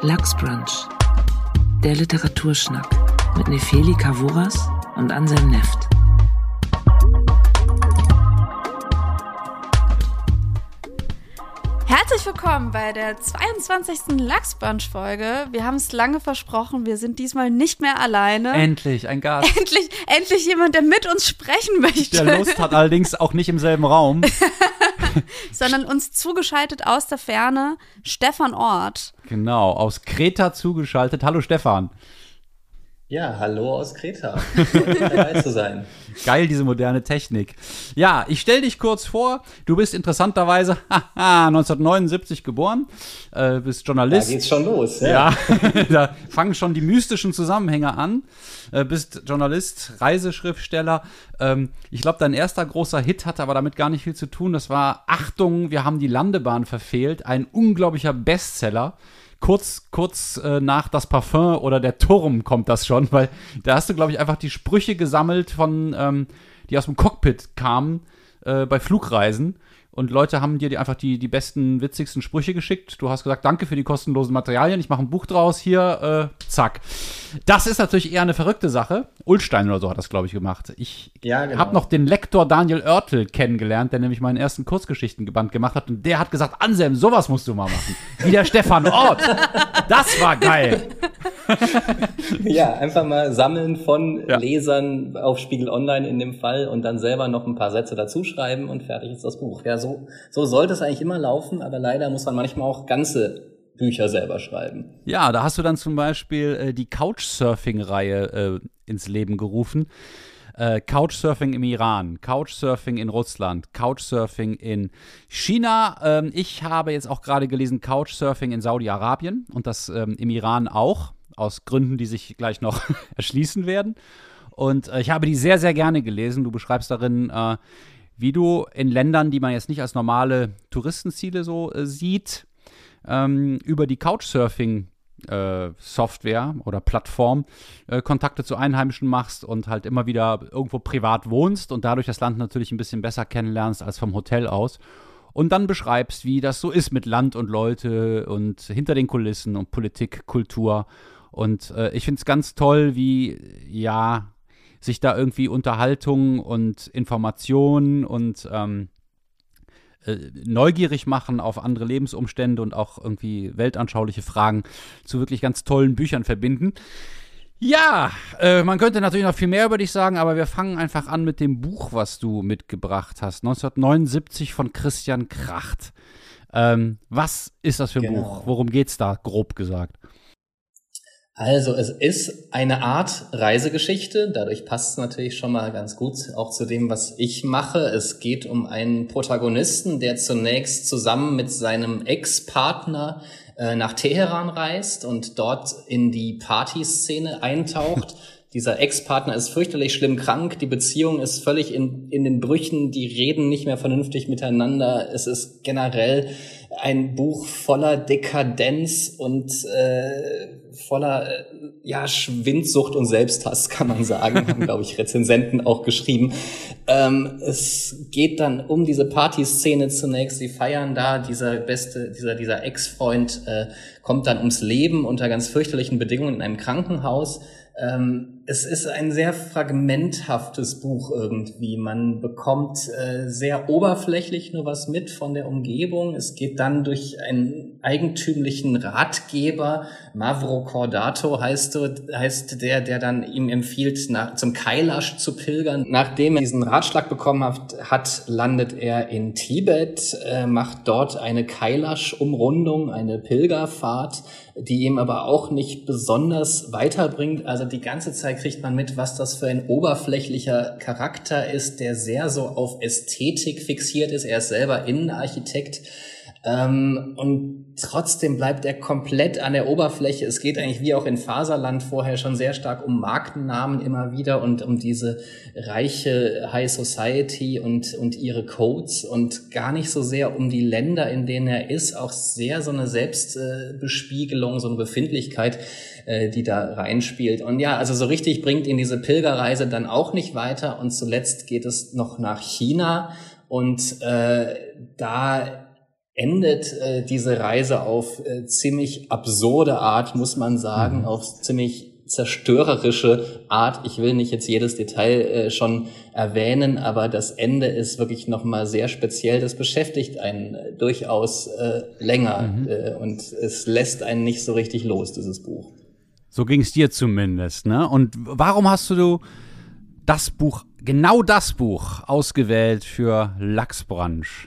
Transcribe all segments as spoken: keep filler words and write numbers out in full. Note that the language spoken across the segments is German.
Lachsbrunch, der Literaturschnack mit Nefeli Kavoras und Anselm Neft. Herzlich willkommen bei der zweiundzwanzigsten Lachsbrunch-Folge. Wir haben es lange versprochen, wir sind diesmal nicht mehr alleine. Endlich, ein Gast. Endlich, endlich jemand, der mit uns sprechen möchte. Der Lust hat, allerdings auch nicht im selben Raum. Sondern uns zugeschaltet aus der Ferne, Stefan Ort. Genau, aus Kreta zugeschaltet. Hallo Stefan. Ja, hallo aus Kreta. Schön dabei zu sein. Geil, diese moderne Technik. Ja, ich stelle dich kurz vor. Du bist interessanterweise haha, neunzehnhundertneunundsiebzig geboren, äh, bist Journalist. Da geht's schon los. Ja, ja da fangen schon die mystischen Zusammenhänge an. Äh, bist Journalist, Reiseschriftsteller. Ähm, ich glaube, dein erster großer Hit hatte aber damit gar nicht viel zu tun. Das war Achtung, wir haben die Landebahn verfehlt. Ein unglaublicher Bestseller. Kurz, kurz äh, nach Das Parfum oder Der Turm kommt das schon, weil da hast du, glaube ich, einfach die Sprüche gesammelt von, ähm, die aus dem Cockpit kamen äh, bei Flugreisen. Und Leute haben dir die einfach die, die besten, witzigsten Sprüche geschickt. Du hast gesagt, danke für die kostenlosen Materialien, ich mache ein Buch draus, hier, äh, zack. Das ist natürlich eher eine verrückte Sache. Ullstein oder so hat das, glaube ich, gemacht. Ich ja, genau. habe noch den Lektor Daniel Oertel kennengelernt, der nämlich meinen ersten Kurzgeschichtenband gemacht hat. Und der hat gesagt, Anselm, sowas musst du mal machen. Wie der Stefan Ort. Das war geil. Ja, einfach mal sammeln von ja. Lesern auf Spiegel Online in dem Fall und dann selber noch ein paar Sätze dazu schreiben und fertig ist das Buch. Ja, so, so sollte es eigentlich immer laufen, aber leider muss man manchmal auch ganze Bücher selber schreiben. Ja, da hast du dann zum Beispiel äh, die Couchsurfing-Reihe äh, ins Leben gerufen. Äh, Couchsurfing im Iran, Couchsurfing in Russland, Couchsurfing in China. Ähm, ich habe jetzt auch gerade gelesen, Couchsurfing in Saudi-Arabien und das ähm, im Iran auch, aus Gründen, die sich gleich noch erschließen werden. Und äh, ich habe die sehr, sehr gerne gelesen. Du beschreibst darin, äh, wie du in Ländern, die man jetzt nicht als normale Touristenziele so äh, sieht, ähm, über die Couchsurfing äh, Software oder Plattform äh, Kontakte zu Einheimischen machst und halt immer wieder irgendwo privat wohnst und dadurch das Land natürlich ein bisschen besser kennenlernst als vom Hotel aus. Und dann beschreibst, wie das so ist mit Land und Leute und hinter den Kulissen und Politik, Kultur. Und äh, ich finde es ganz toll, wie, ja, sich da irgendwie Unterhaltung und Information und ähm, äh, neugierig machen auf andere Lebensumstände und auch irgendwie weltanschauliche Fragen zu wirklich ganz tollen Büchern verbinden. Ja, äh, man könnte natürlich noch viel mehr über dich sagen, aber wir fangen einfach an mit dem Buch, was du mitgebracht hast. neunzehnhundertneunundsiebzig von Christian Kracht. Ähm, was ist das für ein Genau. Buch? Worum geht's da, grob gesagt? Also es ist eine Art Reisegeschichte, dadurch passt es natürlich schon mal ganz gut auch zu dem, was ich mache. Es geht um einen Protagonisten, der zunächst zusammen mit seinem Ex-Partner äh, nach Teheran reist und dort in die Partyszene eintaucht. Dieser Ex-Partner ist fürchterlich schlimm krank, die Beziehung ist völlig in, in den Brüchen, die reden nicht mehr vernünftig miteinander. Es ist generell ein Buch voller Dekadenz und äh, voller äh, ja Schwindsucht und Selbsthass, kann man sagen, haben, glaube ich, Rezensenten auch geschrieben. Ähm, es geht dann um diese Partyszene zunächst. Sie feiern da, dieser beste, dieser dieser Ex-Freund äh, kommt dann ums Leben unter ganz fürchterlichen Bedingungen in einem Krankenhaus. Ähm, es ist ein sehr fragmenthaftes Buch irgendwie. Man bekommt äh, sehr oberflächlich nur was mit von der Umgebung. Es geht dann durch einen eigentümlichen Ratgeber, Mavrocordato heißt, heißt der, der dann ihm empfiehlt, nach, zum Kailash zu pilgern. Nachdem er diesen Ratschlag bekommen hat, hat landet er in Tibet, äh, macht dort eine Kailash-Umrundung, eine Pilgerfahrt, die ihm aber auch nicht besonders weiterbringt. Also die ganze Zeit kriegt man mit, was das für ein oberflächlicher Charakter ist, der sehr so auf Ästhetik fixiert ist. Er ist selber Innenarchitekt. Ähm, und trotzdem bleibt er komplett an der Oberfläche. Es geht eigentlich wie auch in Faserland vorher schon sehr stark um Markennamen immer wieder und um diese reiche High Society und, und ihre Codes und gar nicht so sehr um die Länder, in denen er ist. Auch sehr so eine Selbstbespiegelung, so eine Befindlichkeit, äh, die da reinspielt. Und ja, also so richtig bringt ihn diese Pilgerreise dann auch nicht weiter. Und zuletzt geht es noch nach China und äh, da endet äh, diese Reise auf äh, ziemlich absurde Art, muss man sagen, mhm. auf ziemlich zerstörerische Art. Ich will nicht jetzt jedes Detail äh, schon erwähnen, aber das Ende ist wirklich nochmal sehr speziell. Das beschäftigt einen äh, durchaus äh, länger mhm. äh, und es lässt einen nicht so richtig los, dieses Buch. So ging es dir zumindest, ne? Und warum hast du das Buch, genau das Buch, ausgewählt für Lachsbranche?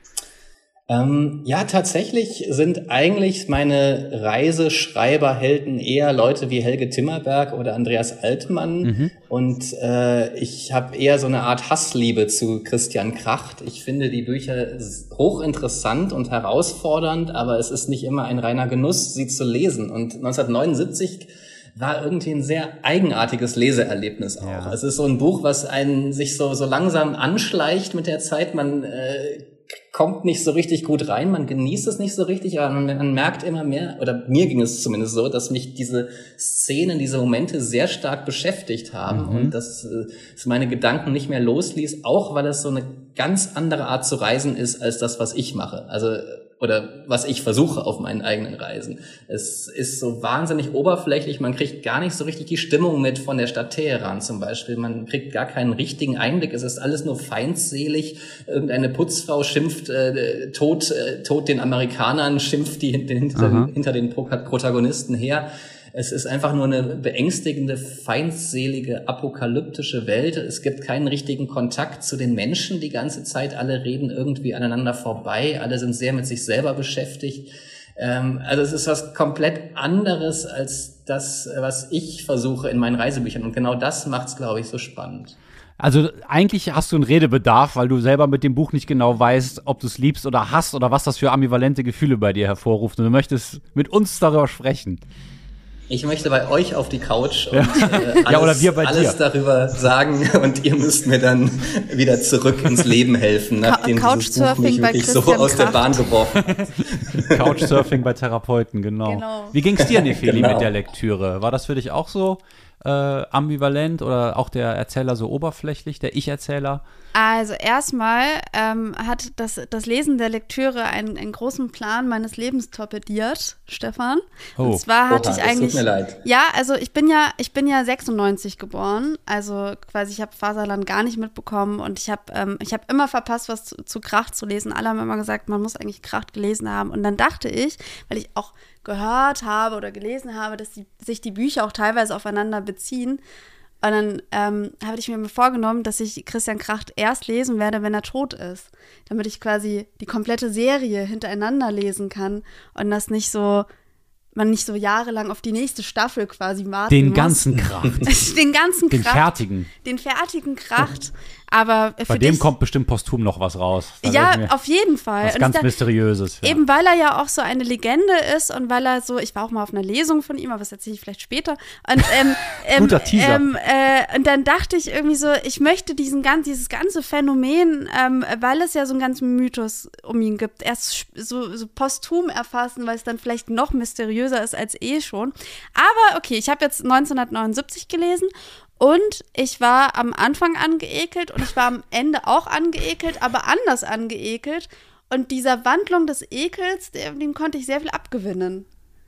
Ähm, ja, tatsächlich sind eigentlich meine Reiseschreiberhelden eher Leute wie Helge Timmerberg oder Andreas Altmann. Mhm. Und äh, ich habe eher so eine Art Hassliebe zu Christian Kracht. Ich finde die Bücher hochinteressant und herausfordernd, aber es ist nicht immer ein reiner Genuss, sie zu lesen. Und neunzehnhundertneunundsiebzig war irgendwie ein sehr eigenartiges Leseerlebnis auch. Ja. Es ist so ein Buch, was einen sich so so langsam anschleicht mit der Zeit. Man äh, kommt nicht so richtig gut rein, man genießt es nicht so richtig, aber man, man merkt immer mehr, oder mir ging es zumindest so, dass mich diese Szenen, diese Momente sehr stark beschäftigt haben mhm. und dass es meine Gedanken nicht mehr losließ, auch weil es so eine ganz andere Art zu reisen ist, als das, was ich mache. Also oder was ich versuche auf meinen eigenen Reisen. Es ist so wahnsinnig oberflächlich, man kriegt gar nicht so richtig die Stimmung mit von der Stadt Teheran zum Beispiel. Man kriegt gar keinen richtigen Einblick, es ist alles nur feindselig. Irgendeine Putzfrau schimpft äh, tot, äh, tot den Amerikanern, schimpft die hinter, hinter den Protagonisten her. Es ist einfach nur eine beängstigende, feindselige, apokalyptische Welt. Es gibt keinen richtigen Kontakt zu den Menschen die ganze Zeit. Alle reden irgendwie aneinander vorbei. Alle sind sehr mit sich selber beschäftigt. Ähm, also es ist was komplett anderes als das, was ich versuche in meinen Reisebüchern. Und genau das macht's, glaube ich, so spannend. Also eigentlich hast du einen Redebedarf, weil du selber mit dem Buch nicht genau weißt, ob du es liebst oder hasst oder was das für ambivalente Gefühle bei dir hervorruft. Und du möchtest mit uns darüber sprechen. Ich möchte bei euch auf die Couch und ja. äh, alles, ja, oder wir bei alles dir. darüber sagen und ihr müsst mir dann wieder zurück ins Leben helfen, nachdem dieses Buch mich wirklich so aus der Bahn geworfen hat. Couchsurfing bei Therapeuten, genau. genau. Wie ging's dir, Nefeli, genau. mit der Lektüre? War das für dich auch so äh, ambivalent oder auch der Erzähler so oberflächlich, der Ich-Erzähler? Also erstmal ähm, hat das, das Lesen der Lektüre einen, einen großen Plan meines Lebens torpediert, Stefan. Oh. Und zwar hatte Oha, ich eigentlich. Es tut mir leid. Ja, also ich bin ja, ich bin ja sechsundneunzig geboren, also quasi ich habe Faserland gar nicht mitbekommen und ich habe ähm, ich habe immer verpasst, was zu, zu Kracht zu lesen. Alle haben immer gesagt, man muss eigentlich Kracht gelesen haben. Und dann dachte ich, weil ich auch gehört habe oder gelesen habe, dass die, sich die Bücher auch teilweise aufeinander beziehen. Und dann ähm, habe ich mir vorgenommen, dass ich Christian Kracht erst lesen werde, wenn er tot ist. Damit ich quasi die komplette Serie hintereinander lesen kann und das nicht so, man nicht so jahrelang auf die nächste Staffel quasi warten Den muss. ganzen Kracht. Den ganzen Den Kracht. fertigen. Den fertigen Kracht. Aber für Bei dem dich, kommt bestimmt posthum noch was raus. Da ja, auf jeden Fall. Was und ganz da, Mysteriöses. Ja. Eben weil er ja auch so eine Legende ist und weil er so, ich war auch mal auf einer Lesung von ihm, aber das erzähle ich vielleicht später. Und, ähm, ähm, Guter Teaser. Ähm, äh, und dann dachte ich irgendwie so, ich möchte diesen ganz, dieses ganze Phänomen, ähm, weil es ja so einen ganzen Mythos um ihn gibt, erst so, so posthum erfassen, weil es dann vielleicht noch mysteriöser ist als eh schon. Aber okay, ich habe jetzt neunzehnhundertneunundsiebzig gelesen. Und ich war am Anfang angeekelt und ich war am Ende auch angeekelt, aber anders angeekelt. Und dieser Wandlung des Ekels, dem konnte ich sehr viel abgewinnen.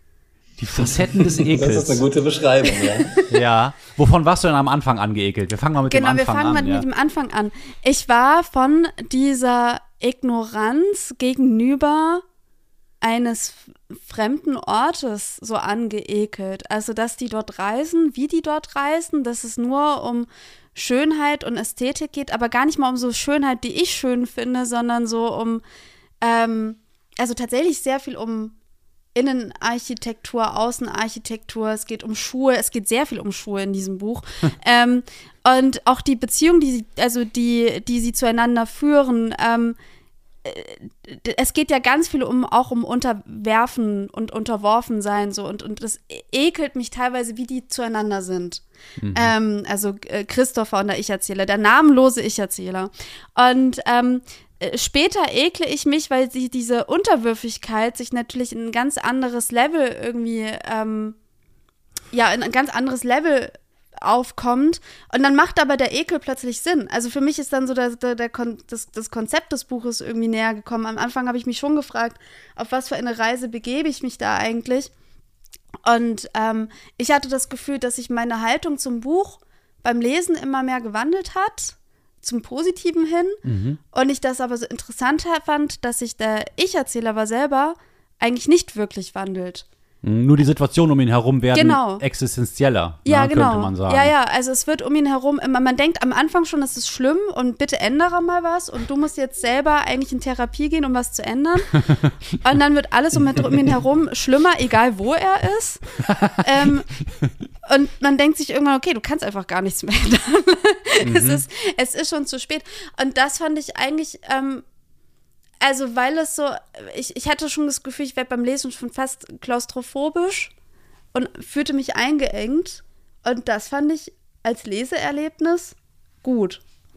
Die Facetten des Ekels. Das ist eine gute Beschreibung, ja. Ja. Wovon warst du denn am Anfang angeekelt? Wir fangen mal mit genau, dem Anfang an. Genau, wir fangen mal ja. mit dem Anfang an. Ich war von dieser Ignoranz gegenüber eines fremden Ortes so angeekelt. Also, dass die dort reisen, wie die dort reisen, dass es nur um Schönheit und Ästhetik geht, aber gar nicht mal um so Schönheit, die ich schön finde, sondern so um, ähm, also tatsächlich sehr viel um Innenarchitektur, Außenarchitektur, es geht um Schuhe, es geht sehr viel um Schuhe in diesem Buch. ähm, und auch die Beziehung, die sie, also die, die sie zueinander führen, ähm, es geht ja ganz viel um auch um Unterwerfen und Unterworfensein so und und das ekelt mich teilweise, wie die zueinander sind. Mhm. Ähm, also äh, Christopher und der Ich-Erzähler, der namenlose Ich-Erzähler. Und ähm, später ekle ich mich, weil sie diese Unterwürfigkeit sich natürlich in ein ganz anderes Level irgendwie, ähm, ja, in ein ganz anderes Level aufkommt und dann macht aber der Ekel plötzlich Sinn. Also für mich ist dann so der, der, der Kon- das, das Konzept des Buches irgendwie näher gekommen. Am Anfang habe ich mich schon gefragt, auf was für eine Reise begebe ich mich da eigentlich? Und ähm, ich hatte das Gefühl, dass sich meine Haltung zum Buch beim Lesen immer mehr gewandelt hat, zum Positiven hin. Mhm. Und ich das aber so interessant fand, dass sich der Ich-Erzähler aber selber eigentlich nicht wirklich wandelt. Nur die Situation um ihn herum werden genau. existenzieller, ja, ne, genau. könnte man sagen. Ja, ja, also es wird um ihn herum, immer, man denkt am Anfang schon, das ist schlimm und bitte ändere mal was und du musst jetzt selber eigentlich in Therapie gehen, um was zu ändern. Und dann wird alles um, um ihn herum schlimmer, egal wo er ist. ähm, und man denkt sich irgendwann, okay, du kannst einfach gar nichts mehr ändern. Mhm. es, ist, es ist schon zu spät. Und das fand ich eigentlich ähm, Also, weil es so, ich, ich hatte schon das Gefühl, ich werde beim Lesen schon fast klaustrophobisch und fühlte mich eingeengt. Und das fand ich als Leseerlebnis gut.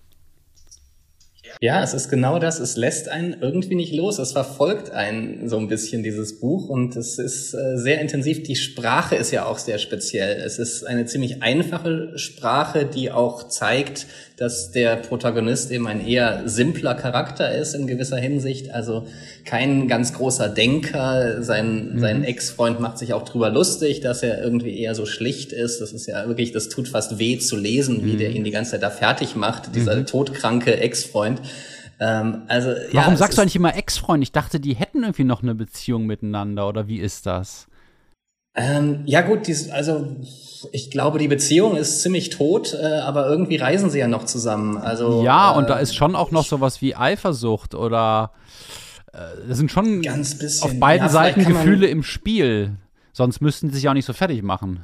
Ja, es ist genau das. Es lässt einen irgendwie nicht los. Es verfolgt einen so ein bisschen, dieses Buch. Und es ist äh, sehr intensiv. Die Sprache ist ja auch sehr speziell. Es ist eine ziemlich einfache Sprache, die auch zeigt, dass der Protagonist eben ein eher simpler Charakter ist in gewisser Hinsicht. Also kein ganz großer Denker. Sein, mhm. sein Ex-Freund macht sich auch drüber lustig, dass er irgendwie eher so schlicht ist. Das ist ja wirklich, das tut fast weh zu lesen, wie mhm. der ihn die ganze Zeit da fertig macht, dieser mhm. todkranke Ex-Freund. Ähm, also, Warum ja, sagst du eigentlich immer Ex-Freund? Ich dachte, die hätten irgendwie noch eine Beziehung miteinander, oder wie ist das? Ähm, ja gut, dies, also ich glaube, die Beziehung ist ziemlich tot, äh, aber irgendwie reisen sie ja noch zusammen. Also ja, äh, und da ist schon auch noch sowas wie Eifersucht oder äh, das sind schon ganz bisschen, auf beiden ja, Seiten Gefühle im Spiel. Sonst müssten sie sich auch nicht so fertig machen.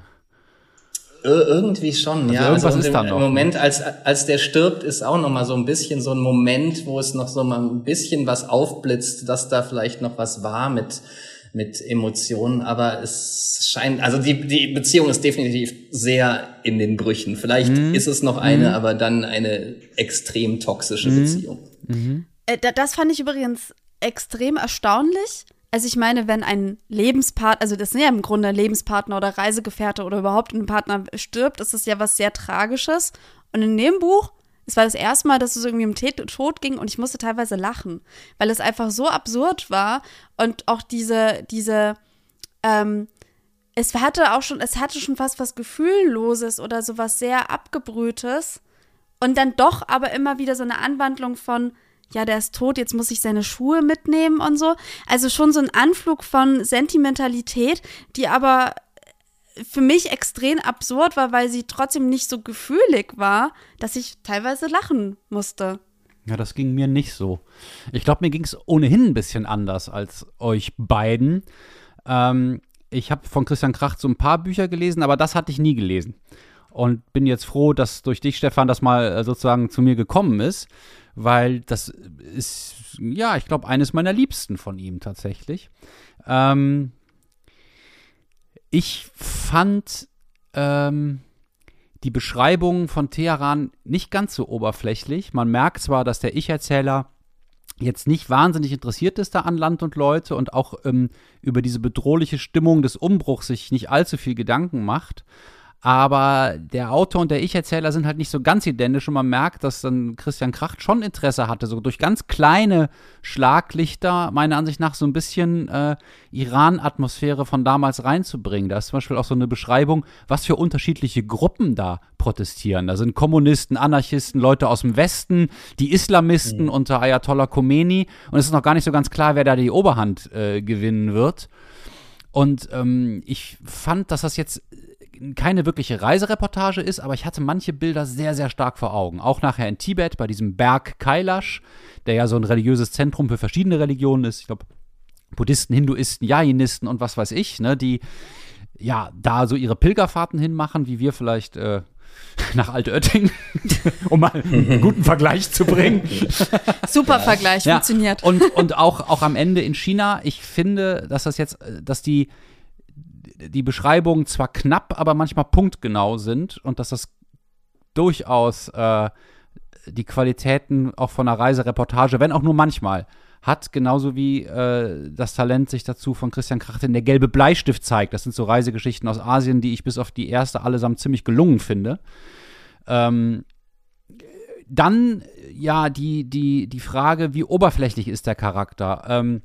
Irgendwie schon, also ja. Irgendwas also ist im, dann noch. Im Moment, als als der stirbt, ist auch noch mal so ein bisschen so ein Moment, wo es noch so mal ein bisschen was aufblitzt, dass da vielleicht noch was war mit mit Emotionen, aber es scheint, also die die Beziehung ist definitiv sehr in den Brüchen. Vielleicht mhm. ist es noch eine, mhm. aber dann eine extrem toxische mhm. Beziehung. Mhm. Äh, das fand ich übrigens extrem erstaunlich. Also ich meine, wenn ein Lebenspartner, also das sind ja im Grunde Lebenspartner oder Reisegefährte oder überhaupt ein Partner stirbt, ist das ja was sehr Tragisches. Und in dem Buch, es war das erste Mal, dass es irgendwie um Tod ging und ich musste teilweise lachen, weil es einfach so absurd war und auch diese, diese, ähm, es hatte auch schon, es hatte schon fast was Gefühlloses oder sowas sehr Abgebrühtes und dann doch aber immer wieder so eine Anwandlung von, ja, der ist tot, jetzt muss ich seine Schuhe mitnehmen und so. Also schon so ein Anflug von Sentimentalität, die aber für mich extrem absurd war, weil sie trotzdem nicht so gefühlig war, dass ich teilweise lachen musste. Ja, das ging mir nicht so. Ich glaube, mir ging es ohnehin ein bisschen anders als euch beiden. Ähm, ich habe von Christian Kracht so ein paar Bücher gelesen, aber das hatte ich nie gelesen. Und bin jetzt froh, dass durch dich, Stefan, das mal sozusagen zu mir gekommen ist. Weil das ist, ja, ich glaube, eines meiner Liebsten von ihm tatsächlich. Ähm, ich fand ähm, die Beschreibung von Teheran nicht ganz so oberflächlich. Man merkt zwar, dass der Ich-Erzähler jetzt nicht wahnsinnig interessiert ist da an Land und Leute und auch ähm, über diese bedrohliche Stimmung des Umbruchs sich nicht allzu viel Gedanken macht. Aber der Autor und der Ich-Erzähler sind halt nicht so ganz identisch und man merkt, dass dann Christian Kracht schon Interesse hatte, so durch ganz kleine Schlaglichter, meiner Ansicht nach, so ein bisschen äh, Iran-Atmosphäre von damals reinzubringen. Da ist zum Beispiel auch so eine Beschreibung, was für unterschiedliche Gruppen da protestieren. Da sind Kommunisten, Anarchisten, Leute aus dem Westen, die Islamisten mhm. unter Ayatollah Khomeini und es ist noch gar nicht so ganz klar, wer da die Oberhand äh, gewinnen wird. Und ähm, ich fand, dass das jetzt keine wirkliche Reisereportage ist, aber ich hatte manche Bilder sehr, sehr stark vor Augen. Auch nachher in Tibet, bei diesem Berg Kailash, der ja so ein religiöses Zentrum für verschiedene Religionen ist. Ich glaube, Buddhisten, Hinduisten, Jainisten und was weiß ich, ne, die ja da so ihre Pilgerfahrten hinmachen, wie wir vielleicht äh, nach Altötting, um mal einen guten Vergleich zu bringen. Super Vergleich, ja, funktioniert. Und, und auch, auch am Ende in China, ich finde, dass das jetzt, dass die die Beschreibungen zwar knapp, aber manchmal punktgenau sind und dass das durchaus äh, die Qualitäten auch von einer Reisereportage, wenn auch nur manchmal, hat, genauso wie äh, das Talent sich dazu von Christian Kracht in Der gelbe Bleistift zeigt. Das sind so Reisegeschichten aus Asien, die ich bis auf die erste allesamt ziemlich gelungen finde. Ähm, dann, ja, die, die, die Frage, wie oberflächlich ist der Charakter? Ähm,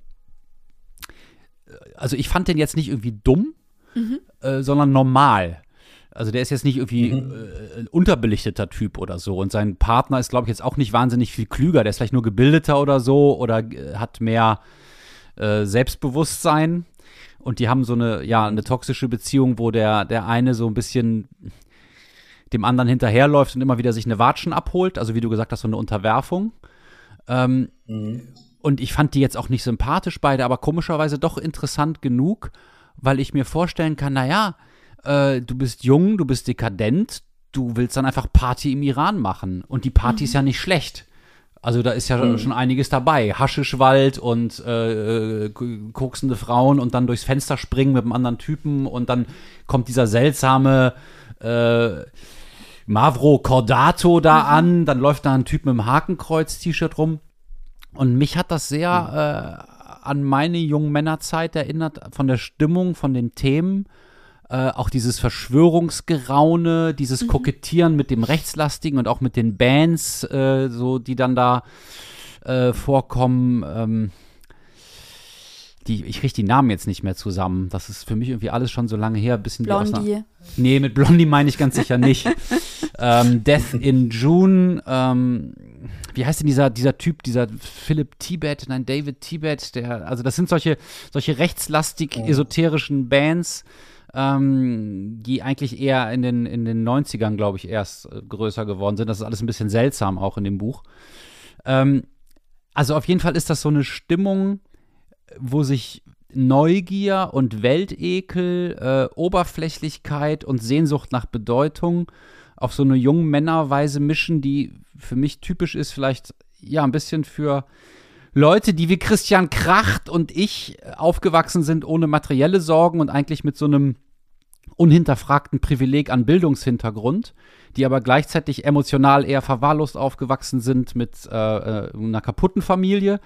also ich fand den jetzt nicht irgendwie dumm, mhm. äh, sondern normal. Also der ist jetzt nicht irgendwie mhm. äh, ein unterbelichteter Typ oder so. Und sein Partner ist, glaube ich, jetzt auch nicht wahnsinnig viel klüger. Der ist vielleicht nur gebildeter oder so oder äh, hat mehr äh, Selbstbewusstsein. Und die haben so eine, ja, eine toxische Beziehung, wo der, der eine so ein bisschen dem anderen hinterherläuft und immer wieder sich eine Watschen abholt. Also wie du gesagt hast, so eine Unterwerfung. Ähm, mhm. Und ich fand die jetzt auch nicht sympathisch beide, aber komischerweise doch interessant genug, weil ich mir vorstellen kann, naja, äh, du bist jung, du bist dekadent, du willst dann einfach Party im Iran machen. Und die Party mhm. ist ja nicht schlecht. Also da ist ja mhm. schon einiges dabei. Haschischwald und äh, koksende Frauen und dann durchs Fenster springen mit einem anderen Typen und dann kommt dieser seltsame äh, Mavro Cordato da mhm. an, dann läuft da ein Typ mit einem Hakenkreuz-T-Shirt rum. Und mich hat das sehr mhm. äh, an meine jungen Männerzeit erinnert, von der Stimmung, von den Themen. Äh, auch dieses Verschwörungsgeraune, dieses mhm. Kokettieren mit dem Rechtslastigen und auch mit den Bands, äh, so, die dann da äh, vorkommen. Ähm, die, ich kriege die Namen jetzt nicht mehr zusammen. Das ist für mich irgendwie alles schon so lange her. Ein bisschen Blondie. Wie aus einer, nee, mit Blondie meine ich ganz sicher nicht. ähm, Death in June. Ähm, wie heißt denn dieser, dieser Typ, dieser Philip Tibet, nein, David Tibet, der, also das sind solche, solche rechtslastig esoterischen Bands, ähm, die eigentlich eher in den, in den neunzigern, glaube ich, erst äh, größer geworden sind. Das ist alles ein bisschen seltsam auch in dem Buch. Ähm, also auf jeden Fall ist das so eine Stimmung, wo sich Neugier und Weltekel, äh, Oberflächlichkeit und Sehnsucht nach Bedeutung auf so eine junge Männerweise mischen, die für mich typisch ist, vielleicht ja ein bisschen für Leute, die wie Christian Kracht und ich aufgewachsen sind ohne materielle Sorgen und eigentlich mit so einem unhinterfragten Privileg an Bildungshintergrund, die aber gleichzeitig emotional eher verwahrlost aufgewachsen sind mit äh, einer kaputten Familie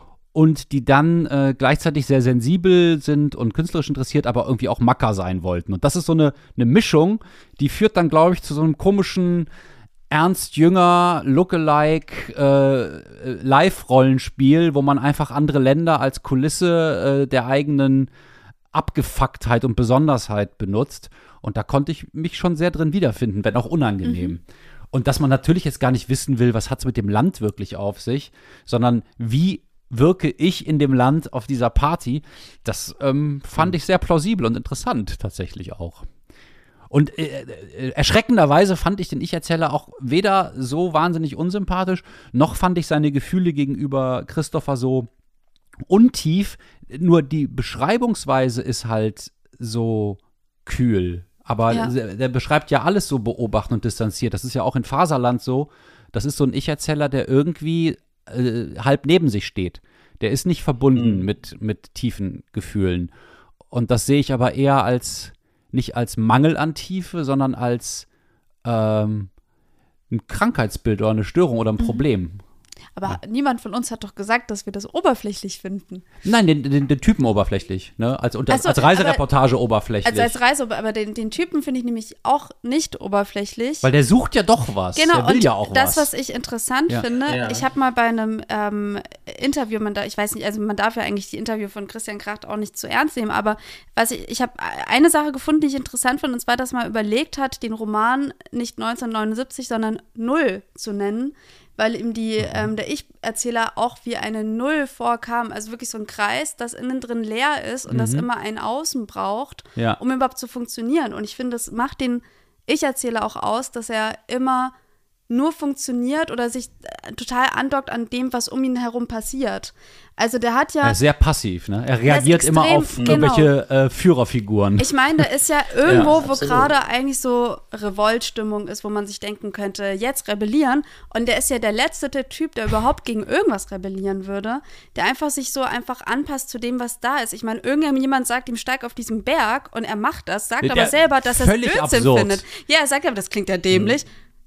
und die dann äh, gleichzeitig sehr sensibel sind und künstlerisch interessiert, aber irgendwie auch Macker sein wollten. Und das ist so eine, eine Mischung, die führt dann, glaube ich, zu so einem komischen Ernst Jünger, Lookalike, äh, Live-Rollenspiel, wo man einfach andere Länder als Kulisse äh, der eigenen Abgefucktheit und Besondersheit benutzt. Und da konnte ich mich schon sehr drin wiederfinden, wenn auch unangenehm. Mhm. Und dass man natürlich jetzt gar nicht wissen will, was hat es mit dem Land wirklich auf sich, sondern wie wirke ich in dem Land auf dieser Party, das ähm, fand ich sehr plausibel und interessant tatsächlich auch. Und äh, äh, erschreckenderweise fand ich den Ich-Erzähler auch weder so wahnsinnig unsympathisch, noch fand ich seine Gefühle gegenüber Christopher so untief. Nur die Beschreibungsweise ist halt so kühl. Aber ja. der, der beschreibt ja alles so beobachtend und distanziert. Das ist ja auch in Faserland so. Das ist so ein Ich-Erzähler, der irgendwie äh, halb neben sich steht. Der ist nicht verbunden mhm. mit, mit tiefen Gefühlen. Und das sehe ich aber eher als nicht als Mangel an Tiefe, sondern als ähm, ein Krankheitsbild oder eine Störung oder ein Problem. Mhm. Aber ja. niemand von uns hat doch gesagt, dass wir das oberflächlich finden. Nein, den, den, den Typen oberflächlich, ne? Als, unter, so, als Reisereportage aber, oberflächlich. Also als Reise, aber den, den Typen finde ich nämlich auch nicht oberflächlich. Weil der sucht ja doch was. Genau, der will und ja auch das, was. was ich interessant ja. finde, ja. ich habe mal bei einem ähm, Interview, man da, ich weiß nicht, also man darf ja eigentlich die Interview von Christian Kracht auch nicht zu ernst nehmen, aber was ich, ich habe eine Sache gefunden, die ich interessant finde, und zwar, dass man überlegt hat, den Roman nicht neunzehnhundertneunundsiebzig, sondern Null zu nennen, weil ihm die, ähm, der Ich-Erzähler auch wie eine Null vorkam, also wirklich so ein Kreis, das innen drin leer ist und mhm. das immer ein Außen braucht, ja. um überhaupt zu funktionieren. Und ich finde, das macht den Ich-Erzähler auch aus, dass er immer nur funktioniert oder sich total andockt an dem, was um ihn herum passiert. Also der hat ja… Er ist sehr passiv, ne? Er reagiert extrem, immer auf genau. irgendwelche äh, Führerfiguren. Ich meine, da ist ja irgendwo, ja, wo gerade eigentlich so Revoltstimmung ist, wo man sich denken könnte, jetzt rebellieren. Und der ist ja der letzte Typ, der überhaupt gegen irgendwas rebellieren würde, der einfach sich so einfach anpasst zu dem, was da ist. Ich meine, irgendjemand sagt ihm, steig auf diesen Berg und er macht das, sagt der aber selber, dass er es Blödsinn absurd. findet. Ja, er sagt aber, das klingt ja dämlich. Mhm.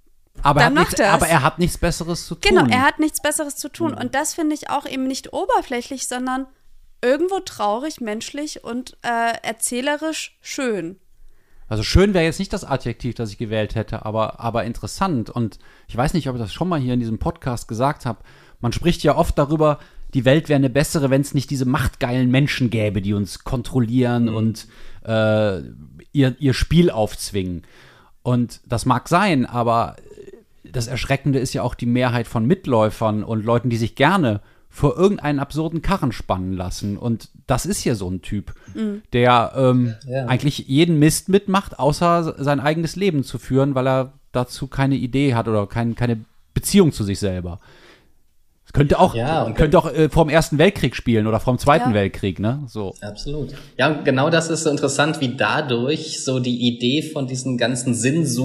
aber, dann er macht nichts, er aber er hat nichts Besseres zu tun. Genau, er hat nichts Besseres zu tun. Mhm. Und das finde ich auch eben nicht oberflächlich, sondern irgendwo traurig, menschlich und äh, erzählerisch schön. Also schön wäre jetzt nicht das Adjektiv, das ich gewählt hätte, aber, aber interessant. Und ich weiß nicht, ob ich das schon mal hier in diesem Podcast gesagt habe. Man spricht ja oft darüber, die Welt wäre eine bessere, wenn es nicht diese machtgeilen Menschen gäbe, die uns kontrollieren mhm. und äh, ihr, ihr Spiel aufzwingen. Und das mag sein, aber das Erschreckende ist ja auch die Mehrheit von Mitläufern und Leuten, die sich gerne vor irgendeinen absurden Karren spannen lassen. Und das ist hier so ein Typ, mhm. der ähm, ja. eigentlich jeden Mist mitmacht, außer sein eigenes Leben zu führen, weil er dazu keine Idee hat oder kein, keine Beziehung zu sich selber. Könnte auch, ja, und könnte auch äh, vor dem Ersten Weltkrieg spielen oder vor dem Zweiten ja. Weltkrieg, ne? So. Absolut. Ja, und genau das ist so interessant, wie dadurch so die Idee von diesen ganzen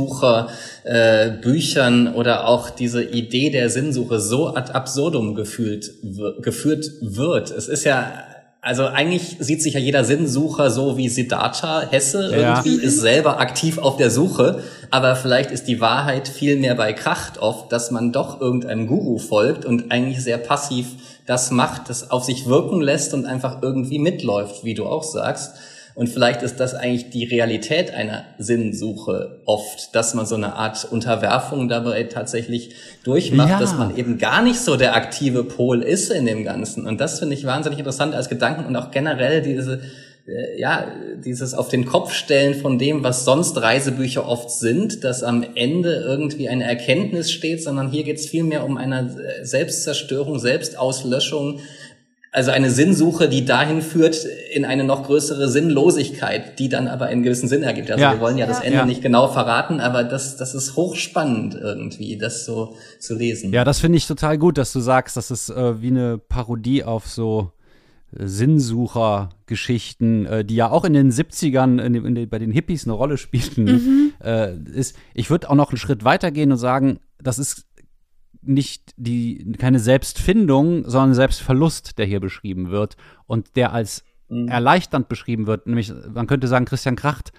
Sinnsucher-Büchern äh, oder auch diese Idee der Sinnsuche so ad absurdum gefühlt, w- geführt wird. Es ist ja, also eigentlich sieht sich ja jeder Sinnsucher so wie Siddhartha Hesse, ja. irgendwie ist selber aktiv auf der Suche, aber vielleicht ist die Wahrheit viel mehr bei Kracht oft, dass man doch irgendeinem Guru folgt und eigentlich sehr passiv das macht, das auf sich wirken lässt und einfach irgendwie mitläuft, wie du auch sagst. Und vielleicht ist das eigentlich die Realität einer Sinnsuche oft, dass man so eine Art Unterwerfung dabei tatsächlich durchmacht, ja. dass man eben gar nicht so der aktive Pol ist in dem Ganzen. Und das finde ich wahnsinnig interessant als Gedanken und auch generell diese, äh, ja, dieses auf den Kopf stellen von dem, was sonst Reisebücher oft sind, dass am Ende irgendwie eine Erkenntnis steht, sondern hier geht es vielmehr um eine Selbstzerstörung, Selbstauslöschung. Also eine Sinnsuche, die dahin führt in eine noch größere Sinnlosigkeit, die dann aber einen gewissen Sinn ergibt. Also ja. wir wollen ja das ja. Ende ja. nicht genau verraten, aber das, das ist hochspannend irgendwie, das so zu lesen. Ja, das finde ich total gut, dass du sagst, das ist äh, wie eine Parodie auf so äh, Sinnsucher-Geschichten, äh, die ja auch in den siebzigern in, in, in, bei den Hippies eine Rolle spielten. Mhm. Äh, ist, ich würde auch noch einen Schritt weitergehen und sagen, das ist nicht die, keine Selbstfindung, sondern Selbstverlust, der hier beschrieben wird und der als mhm. erleichternd beschrieben wird. Nämlich, man könnte sagen, Christian Kracht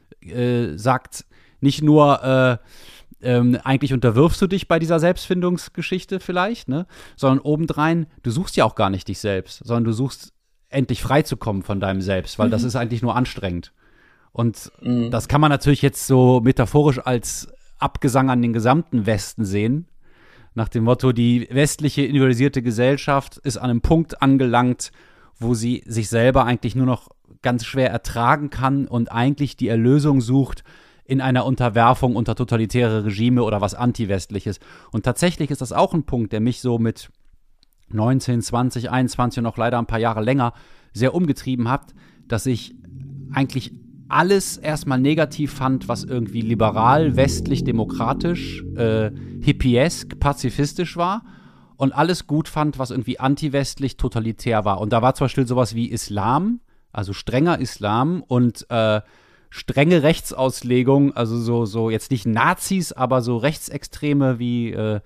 äh, sagt nicht nur, äh, ähm, eigentlich unterwirfst du dich bei dieser Selbstfindungsgeschichte vielleicht, ne, sondern obendrein, du suchst ja auch gar nicht dich selbst, sondern du suchst endlich frei zu kommen von deinem Selbst, weil mhm. das ist eigentlich nur anstrengend. Und mhm. das kann man natürlich jetzt so metaphorisch als Abgesang an den gesamten Westen sehen, nach dem Motto, die westliche individualisierte Gesellschaft ist an einem Punkt angelangt, wo sie sich selber eigentlich nur noch ganz schwer ertragen kann und eigentlich die Erlösung sucht in einer Unterwerfung unter totalitäre Regime oder was Anti-Westliches. Und tatsächlich ist das auch ein Punkt, der mich so mit neunzehn, zwanzig, einundzwanzig und noch leider ein paar Jahre länger sehr umgetrieben hat, dass ich eigentlich alles erstmal negativ fand, was irgendwie liberal, westlich, demokratisch, äh, hippiesk, pazifistisch war und alles gut fand, was irgendwie anti-westlich, totalitär war. Und da war zum Beispiel sowas wie Islam, also strenger Islam und äh, strenge Rechtsauslegung, also so, so jetzt nicht Nazis, aber so Rechtsextreme wie äh,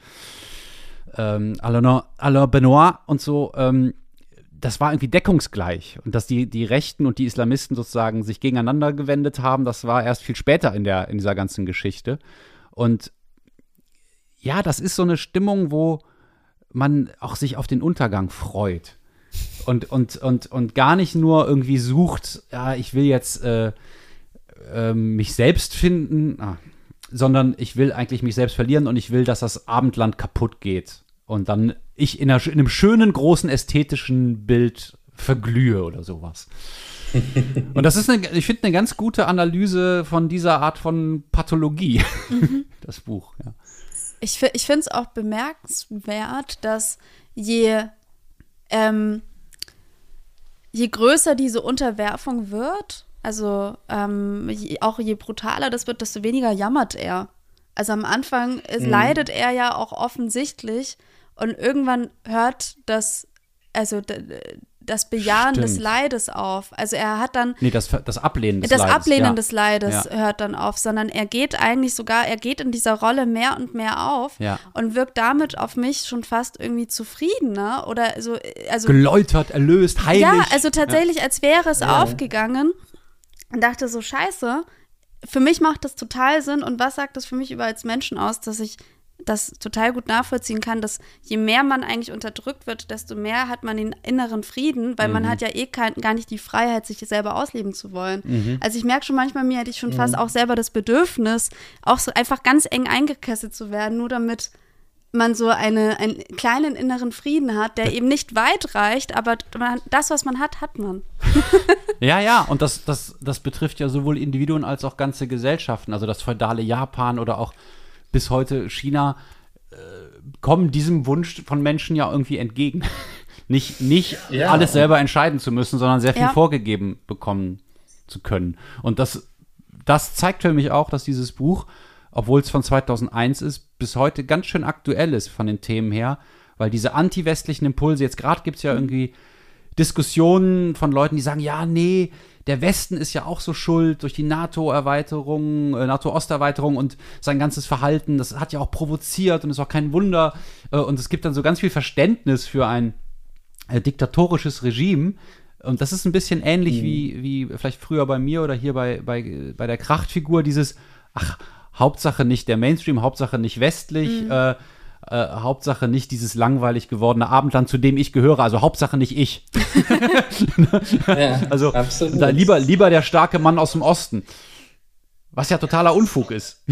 ähm, Alain, Alain Benoit und so, ähm, das war irgendwie deckungsgleich. Und dass die, die Rechten und die Islamisten sozusagen sich gegeneinander gewendet haben, das war erst viel später in, der, in dieser ganzen Geschichte. Und ja, das ist so eine Stimmung, wo man auch sich auf den Untergang freut. Und, und, und, und gar nicht nur irgendwie sucht, ja, ich will jetzt äh, äh, mich selbst finden, ah, sondern ich will eigentlich mich selbst verlieren und ich will, dass das Abendland kaputt geht. Und dann ich in, einer, in einem schönen, großen, ästhetischen Bild verglühe oder sowas. Und das ist, eine, ich finde, eine ganz gute Analyse von dieser Art von Pathologie, mhm. das Buch. Ja. Ich, ich finde es auch bemerkenswert, dass je, ähm, je größer diese Unterwerfung wird, also ähm, je, auch je brutaler das wird, desto weniger jammert er. Also am Anfang mhm. leidet er ja auch offensichtlich und irgendwann hört das, also das Bejahen Stimmt. des Leides auf. Also er hat dann Nee, das, das Ablehnen des das Leides. Das Ablehnen ja. des Leides ja. hört dann auf, sondern er geht eigentlich sogar, er geht in dieser Rolle mehr und mehr auf ja. und wirkt damit auf mich schon fast irgendwie zufriedener oder so. Also, geläutert, erlöst, heilig. Ja, also tatsächlich, ja. als wäre es ja. aufgegangen und dachte so, scheiße, für mich macht das total Sinn und was sagt das für mich über als Menschen aus, dass ich das total gut nachvollziehen kann, dass je mehr man eigentlich unterdrückt wird, desto mehr hat man den inneren Frieden, weil mhm. man hat ja eh kein, gar nicht die Freiheit, sich selber ausleben zu wollen. Mhm. Also ich merke schon, manchmal mir hätte ich schon mhm. fast auch selber das Bedürfnis, auch so einfach ganz eng eingekesselt zu werden, nur damit man so eine, einen kleinen inneren Frieden hat, der eben nicht weit reicht, aber man, das, was man hat, hat man. Ja, ja, und das, das, das betrifft ja sowohl Individuen als auch ganze Gesellschaften. Also das feudale Japan oder auch bis heute China äh, kommen diesem Wunsch von Menschen ja irgendwie entgegen. nicht nicht ja. alles selber entscheiden zu müssen, sondern sehr viel ja. vorgegeben bekommen zu können. Und das, das zeigt für mich auch, dass dieses Buch, obwohl es von zweitausendeins ist, bis heute ganz schön aktuell ist von den Themen her, weil diese anti-westlichen Impulse, jetzt gerade gibt es ja irgendwie Diskussionen von Leuten, die sagen, ja, nee, der Westen ist ja auch so schuld durch die NATO-Erweiterung, äh, NATO-Osterweiterung und sein ganzes Verhalten, das hat ja auch provoziert und ist auch kein Wunder. Äh, und es gibt dann so ganz viel Verständnis für ein äh, diktatorisches Regime. Und das ist ein bisschen ähnlich mhm. wie, wie vielleicht früher bei mir oder hier bei, bei, bei der Krachtfigur, dieses, ach, Hauptsache nicht der Mainstream, Hauptsache nicht westlich, mhm. äh, äh, Hauptsache nicht dieses langweilig gewordene Abendland, zu dem ich gehöre, also Hauptsache nicht ich. Ja, also da lieber, lieber der starke Mann aus dem Osten, was ja totaler Unfug ist.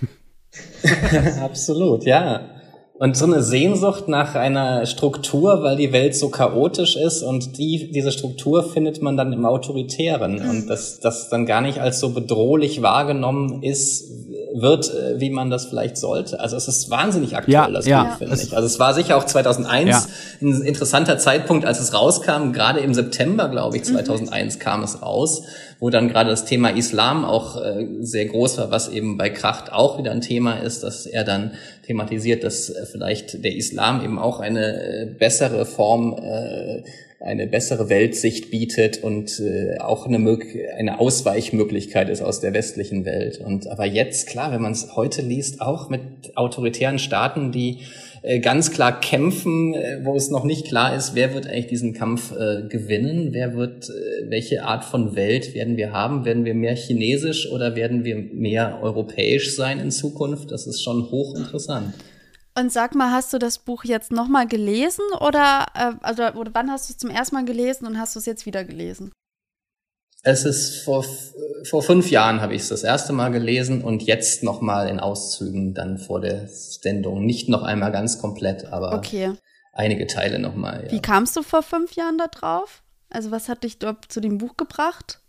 Absolut, ja. Und so eine Sehnsucht nach einer Struktur, weil die Welt so chaotisch ist und die, diese Struktur findet man dann im Autoritären mhm. und dass das dann gar nicht als so bedrohlich wahrgenommen ist, wird, wie man das vielleicht sollte. Also es ist wahnsinnig aktuell, ja, das ja, Buch, finde ich. Also es war sicher auch zweitausendeins ja. ein interessanter Zeitpunkt, als es rauskam. Gerade im September, glaube ich, zweitausendeins mhm. kam es raus, wo dann gerade das Thema Islam auch äh, sehr groß war, was eben bei Kracht auch wieder ein Thema ist, dass er dann thematisiert, dass äh, vielleicht der Islam eben auch eine äh, bessere Form äh, eine bessere Weltsicht bietet und äh, auch eine, Mög- eine Ausweichmöglichkeit ist aus der westlichen Welt. Und aber jetzt, klar, wenn man es heute liest, auch mit autoritären Staaten, die äh, ganz klar kämpfen, äh, wo es noch nicht klar ist, wer wird eigentlich diesen Kampf äh, gewinnen, wer wird, äh, welche Art von Welt werden wir haben, werden wir mehr chinesisch oder werden wir mehr europäisch sein in Zukunft? Das ist schon hochinteressant. Und sag mal, hast du das Buch jetzt nochmal gelesen oder, äh, also, oder wann hast du es zum ersten Mal gelesen und hast du es jetzt wieder gelesen? Es ist vor, vor fünf Jahren habe ich es das erste Mal gelesen und jetzt nochmal in Auszügen dann vor der Sendung. Nicht noch einmal ganz komplett, aber okay. einige Teile nochmal. Ja. Wie kamst du vor fünf Jahren da drauf? Also was hat dich dort zu dem Buch gebracht?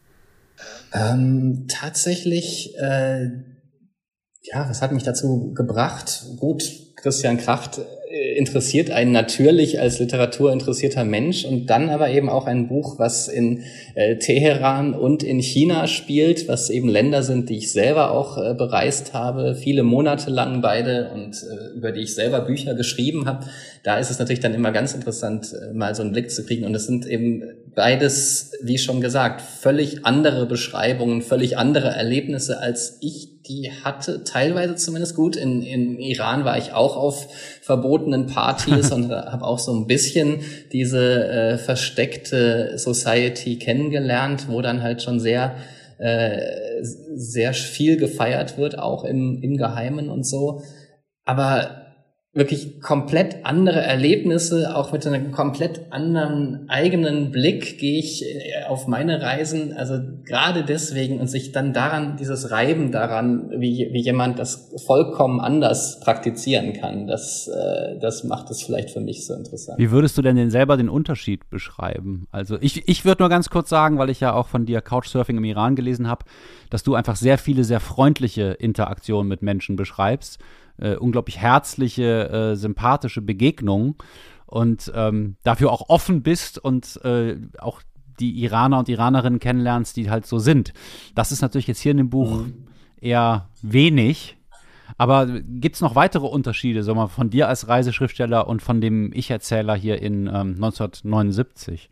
Ähm, tatsächlich, äh, ja, was hat mich dazu gebracht? Gut, Christian Kracht interessiert einen natürlich als literaturinteressierter Mensch und dann aber eben auch ein Buch, was in äh, Teheran und in China spielt, was eben Länder sind, die ich selber auch äh, bereist habe, viele Monate lang beide und äh, über die ich selber Bücher geschrieben habe. Da ist es natürlich dann immer ganz interessant, äh, mal so einen Blick zu kriegen und es sind eben beides, wie schon gesagt, völlig andere Beschreibungen, völlig andere Erlebnisse, als ich die hatte, teilweise zumindest gut. In, in Iran war ich auch auf verbotenen Partys und habe auch so ein bisschen diese äh, versteckte Society kennengelernt, wo dann halt schon sehr äh, sehr viel gefeiert wird, auch im, im Geheimen und so. Aber wirklich komplett andere Erlebnisse, auch mit einem komplett anderen eigenen Blick gehe ich auf meine Reisen, also gerade deswegen und sich dann daran, dieses Reiben daran, wie, wie jemand das vollkommen anders praktizieren kann, das, äh, das macht es vielleicht für mich so interessant. Wie würdest du denn, denn selber den Unterschied beschreiben? Also ich, ich würde nur ganz kurz sagen, weil ich ja auch von dir Couchsurfing im Iran gelesen habe, dass du einfach sehr viele, sehr freundliche Interaktionen mit Menschen beschreibst, Äh, unglaublich herzliche, äh, sympathische Begegnungen und ähm, dafür auch offen bist und äh, auch die Iraner und Iranerinnen kennenlernst, die halt so sind. Das ist natürlich jetzt hier in dem Buch mhm. eher wenig, aber gibt es noch weitere Unterschiede, sagen wir mal, von dir als Reiseschriftsteller und von dem Ich-Erzähler hier in ähm, neunzehnhundertneunundsiebzig?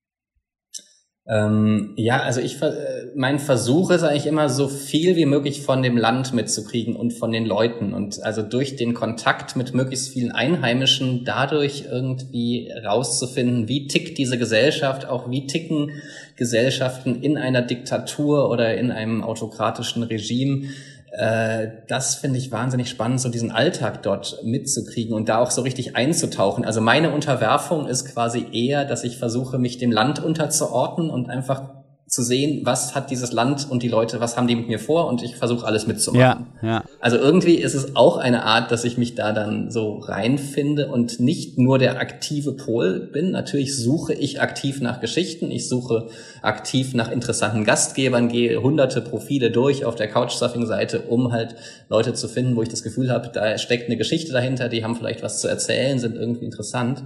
Ähm, ja, also ich, mein Versuch ist eigentlich immer, so viel wie möglich von dem Land mitzukriegen und von den Leuten und also durch den Kontakt mit möglichst vielen Einheimischen dadurch irgendwie rauszufinden, wie tickt diese Gesellschaft, auch wie ticken Gesellschaften in einer Diktatur oder in einem autokratischen Regime. Äh, das finde ich wahnsinnig spannend, so diesen Alltag dort mitzukriegen und da auch so richtig einzutauchen. Also meine Unterwerfung ist quasi eher, dass ich versuche, mich dem Land unterzuordnen und einfach zu sehen, was hat dieses Land und die Leute, was haben die mit mir vor, und ich versuche alles mitzumachen. Ja, ja. Also irgendwie ist es auch eine Art, dass ich mich da dann so reinfinde und nicht nur der aktive Pol bin. Natürlich suche ich aktiv nach Geschichten, ich suche aktiv nach interessanten Gastgebern, gehe hunderte Profile durch auf der Couchsurfing-Seite, um halt Leute zu finden, wo ich das Gefühl habe, da steckt eine Geschichte dahinter, die haben vielleicht was zu erzählen, sind irgendwie interessant.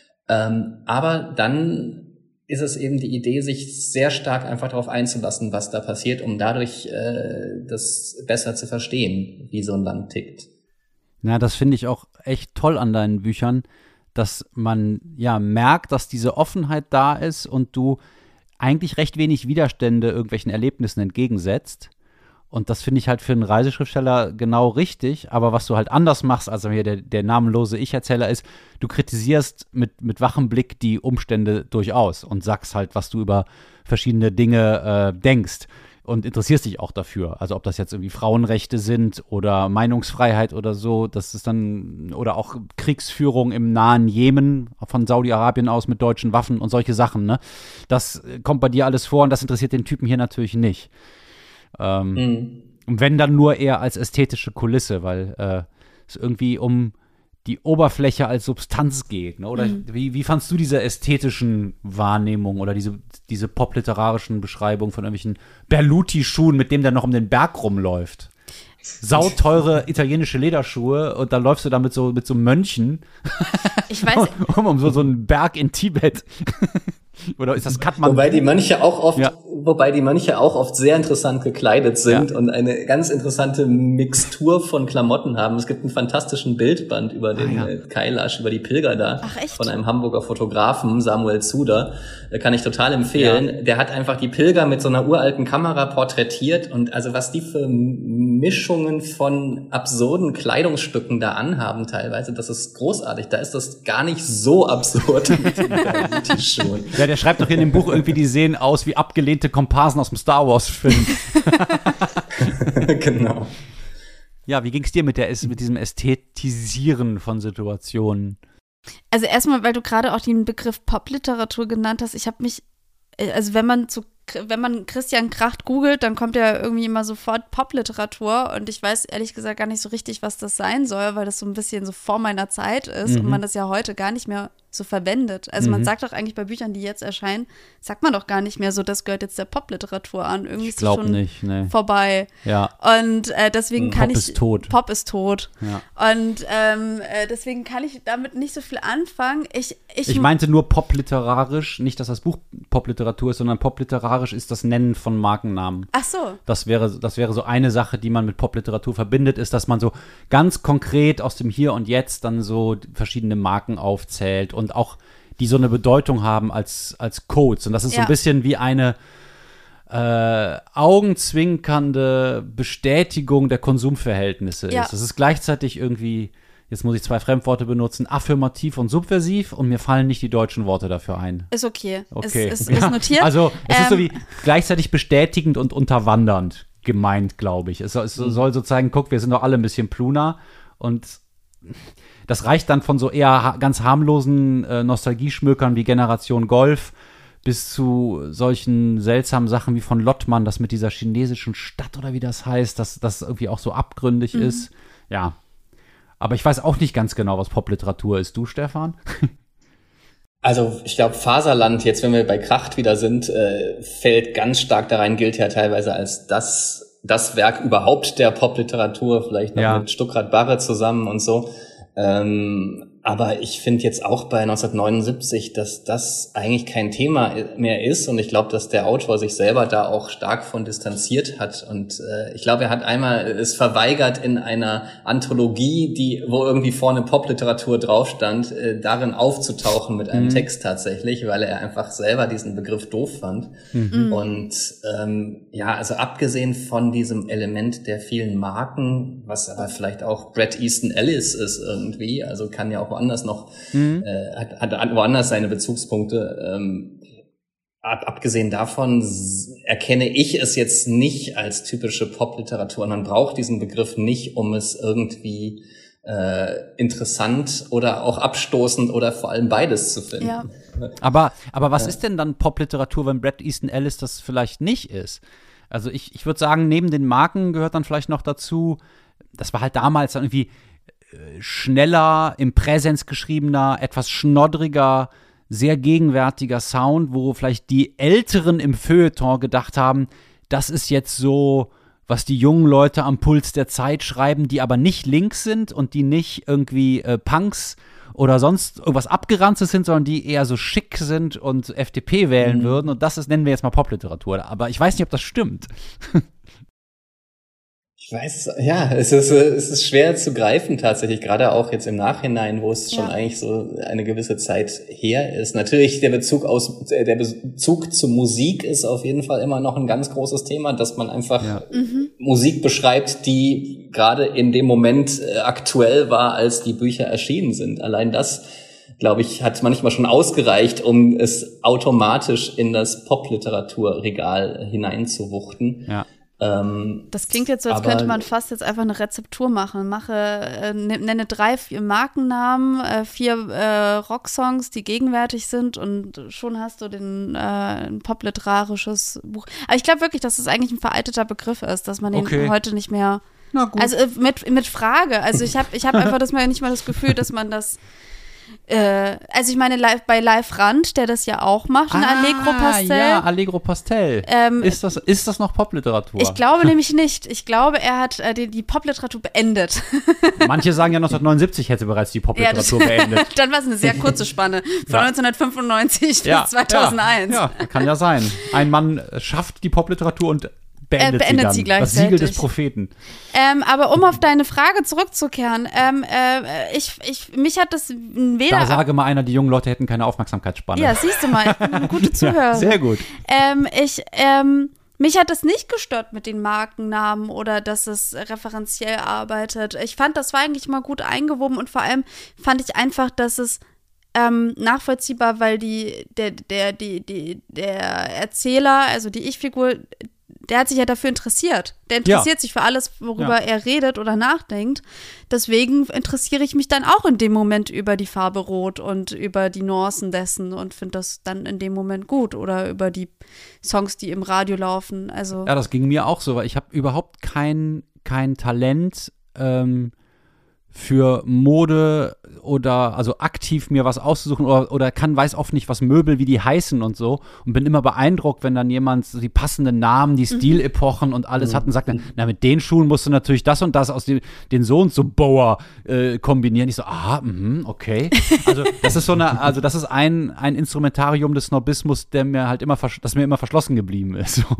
Ähm, aber dann ist es eben die Idee, sich sehr stark einfach darauf einzulassen, was da passiert, um dadurch äh, das besser zu verstehen, wie so ein Land tickt. Ja, das finde ich auch echt toll an deinen Büchern, dass man ja merkt, dass diese Offenheit da ist und du eigentlich recht wenig Widerstände irgendwelchen Erlebnissen entgegensetzt. Und das finde ich halt für einen Reiseschriftsteller genau richtig. Aber was du halt anders machst, als hier der, der namenlose Ich-Erzähler ist, du kritisierst mit, mit wachem Blick die Umstände durchaus und sagst halt, was du über verschiedene Dinge äh, denkst und interessierst dich auch dafür. Also ob das jetzt irgendwie Frauenrechte sind oder Meinungsfreiheit oder so, das ist dann, oder auch Kriegsführung im nahen Jemen von Saudi-Arabien aus mit deutschen Waffen und solche Sachen, ne? Das kommt bei dir alles vor und das interessiert den Typen hier natürlich nicht. Ähm, mhm. Und wenn dann nur eher als ästhetische Kulisse, weil äh, es irgendwie um die Oberfläche als Substanz geht. Ne? Oder mhm. wie, wie fandst du diese ästhetischen Wahrnehmungen oder diese, diese popliterarischen Beschreibungen von irgendwelchen Berluti-Schuhen, mit dem der noch um den Berg rumläuft? Sauteure italienische Lederschuhe und dann läufst du da mit so, mit so Mönchen ich weiß, um, um so, so einen Berg in Tibet. Oder ist das Kathmandu? Wobei die Mönche auch oft, ja. wobei die Mönche auch oft sehr interessant gekleidet sind ja. und eine ganz interessante Mixtur von Klamotten haben. Es gibt einen fantastischen Bildband über den ah, ja. Kailash, über die Pilger da. Ach, echt? Von einem Hamburger Fotografen, Samuel Zuder. Kann ich total empfehlen. Ja. Der hat einfach die Pilger mit so einer uralten Kamera porträtiert und also was die für Mischungen von absurden Kleidungsstücken da anhaben teilweise, das ist großartig. Da ist das gar nicht so absurd mit den Berluti-Schuhen. Ja, der schreibt doch hier in dem Buch irgendwie, die sehen aus wie abgelehnte Komparsen aus dem Star Wars-Film. Genau. Ja, wie ging es dir mit, der, mit diesem Ästhetisieren von Situationen? Also erstmal, weil du gerade auch den Begriff Popliteratur genannt hast, ich habe mich, also wenn man zu wenn man Christian Kracht googelt, dann kommt ja irgendwie immer sofort Popliteratur und ich weiß ehrlich gesagt gar nicht so richtig, was das sein soll, weil das so ein bisschen so vor meiner Zeit ist mhm. und man das ja heute gar nicht mehr so verwendet. Also mhm. man sagt doch eigentlich bei Büchern, die jetzt erscheinen, sagt man doch gar nicht mehr so, das gehört jetzt der Popliteratur an. Irgendwie ich glaube nicht, nee. vorbei. Ja. Und äh, deswegen Pop kann ich ist tot. Pop ist tot. Ja. Und ähm, äh, deswegen kann ich damit nicht so viel anfangen. Ich, ich, ich meinte nur popliterarisch, nicht, dass das Buch Popliteratur ist, sondern popliterarisch ist das Nennen von Markennamen. Ach so. Das wäre, das wäre so eine Sache, die man mit Popliteratur verbindet, ist, dass man so ganz konkret aus dem Hier und Jetzt dann so verschiedene Marken aufzählt und auch die so eine Bedeutung haben als, als Codes. Und das ist ja. so ein bisschen wie eine äh, augenzwinkernde Bestätigung der Konsumverhältnisse ja. ist. Das ist gleichzeitig irgendwie, jetzt muss ich zwei Fremdworte benutzen, affirmativ und subversiv und mir fallen nicht die deutschen Worte dafür ein. Ist okay. okay. Ist, ist, ja. ist notiert. Also es ähm, ist so wie gleichzeitig bestätigend und unterwandernd gemeint, glaube ich. Es, es mhm. soll so zeigen, guck, wir sind doch alle ein bisschen Pluna und das reicht dann von so eher ha- ganz harmlosen äh, Nostalgieschmökern wie Generation Golf bis zu solchen seltsamen Sachen wie von Lottmann, das mit dieser chinesischen Stadt oder wie das heißt, dass das irgendwie auch so abgründig mhm. ist. Ja, aber ich weiß auch nicht ganz genau, was Popliteratur ist. Du, Stefan? Also ich glaube, Faserland, jetzt wenn wir bei Kracht wieder sind, äh, fällt ganz stark da rein, gilt ja teilweise als das das Werk überhaupt der Popliteratur, vielleicht noch ja. mit Stuckrad Barre zusammen und so. Ähm, aber ich finde jetzt auch bei neunzehnhundertneunundsiebzig, dass das eigentlich kein Thema mehr ist und ich glaube, dass der Autor sich selber da auch stark von distanziert hat und äh, ich glaube, er hat einmal es verweigert in einer Anthologie, die wo irgendwie vorne Popliteratur drauf stand, äh, darin aufzutauchen mit einem mhm. Text tatsächlich, weil er einfach selber diesen Begriff doof fand mhm. und ähm, ja, also abgesehen von diesem Element der vielen Marken, was aber vielleicht auch Bret Easton Ellis ist irgendwie, also kann ja auch woanders noch, mhm. äh, hat, hat woanders seine Bezugspunkte. Ähm, ab, abgesehen davon erkenne ich es jetzt nicht als typische Popliteratur. Man braucht diesen Begriff nicht, um es irgendwie äh, interessant oder auch abstoßend oder vor allem beides zu finden. Ja. Aber, aber was ist denn dann Popliteratur, wenn Bret Easton Ellis das vielleicht nicht ist? Also ich, ich würde sagen, neben den Marken gehört dann vielleicht noch dazu, das war halt damals dann irgendwie äh, schneller, im Präsens geschriebener, etwas schnoddriger, sehr gegenwärtiger Sound, wo vielleicht die Älteren im Feuilleton gedacht haben, das ist jetzt so, was die jungen Leute am Puls der Zeit schreiben, die aber nicht links sind und die nicht irgendwie äh, Punks oder sonst irgendwas Abgeranztes sind, sondern die eher so schick sind und F D P wählen mhm. würden. Und das ist, nennen wir jetzt mal Popliteratur. Aber ich weiß nicht, ob das stimmt. Ich weiß, ja, es ist, es ist schwer zu greifen tatsächlich, gerade auch jetzt im Nachhinein, wo es ja. schon eigentlich so eine gewisse Zeit her ist. Natürlich der Bezug aus, der Bezug zu Musik ist auf jeden Fall immer noch ein ganz großes Thema, dass man einfach ja. mhm. Musik beschreibt, die gerade in dem Moment aktuell war, als die Bücher erschienen sind. Allein das, glaube ich, hat manchmal schon ausgereicht, um es automatisch in das Popliteraturregal hineinzuwuchten. Ja. Das klingt jetzt so, als könnte man fast jetzt einfach eine Rezeptur machen. Mache, äh, nenne drei, vier Markennamen, äh, vier äh, Rocksongs, die gegenwärtig sind und schon hast du den, äh, ein popliterarisches Buch. Aber ich glaube wirklich, dass es das eigentlich ein veralteter Begriff ist, dass man den okay. heute nicht mehr, Na gut. also äh, mit, mit Frage, also ich habe ich hab einfach das mal nicht mal das Gefühl, dass man das also ich meine, live, bei Live Rand, der das ja auch macht, in ah, Allegro Pastel. Ja, Allegro Pastel. Ähm, ist, das, ist das noch Popliteratur? Ich glaube nämlich nicht. Ich glaube, er hat äh, die, die Popliteratur beendet. Manche sagen ja, neunzehnhundertneunundsiebzig hätte bereits die Popliteratur ja, das, beendet. Dann war es eine sehr kurze Spanne. Von ja. neunzehnhundertfünfundneunzig ja, bis zweitausendeins. Ja, ja, kann ja sein. Ein Mann schafft die Popliteratur und beendet, äh, beendet sie, sie gleichzeitig. Das Siegel des Propheten. Ähm, aber um auf deine Frage zurückzukehren, ähm, äh, ich, ich, mich hat das weder... Da sage mal einer, die jungen Leute hätten keine Aufmerksamkeitsspanne. Ja, siehst du mal, ich bin eine gute Zuhörerin. Ja, sehr gut. Ähm, ich, ähm, mich hat das nicht gestört mit den Markennamen oder dass es referenziell arbeitet. Ich fand, das war eigentlich mal gut eingewoben und vor allem fand ich einfach, dass es Ähm, nachvollziehbar, weil die, der, der, die, die, der Erzähler, also die Ich-Figur, der hat sich ja dafür interessiert. Der interessiert ja. sich für alles, worüber ja. er redet oder nachdenkt. Deswegen interessiere ich mich dann auch in dem Moment über die Farbe Rot und über die Nuancen dessen und finde das dann in dem Moment gut. Oder über die Songs, die im Radio laufen. Also ja, das ging mir auch so, weil ich habe überhaupt kein, kein Talent ähm, für Mode oder also aktiv mir was auszusuchen oder, oder kann, weiß oft nicht, was Möbel, wie die heißen und so und bin immer beeindruckt, wenn dann jemand so die passenden Namen, die Stilepochen und alles mhm. hat und sagt dann, na mit den Schuhen musst du natürlich das und das aus den, den so und so Bower äh, kombinieren. Ich so, ah, mh, okay. Also das ist so eine, also das ist ein, ein Instrumentarium des Snobismus, der mir halt immer, das mir immer verschlossen geblieben ist. So.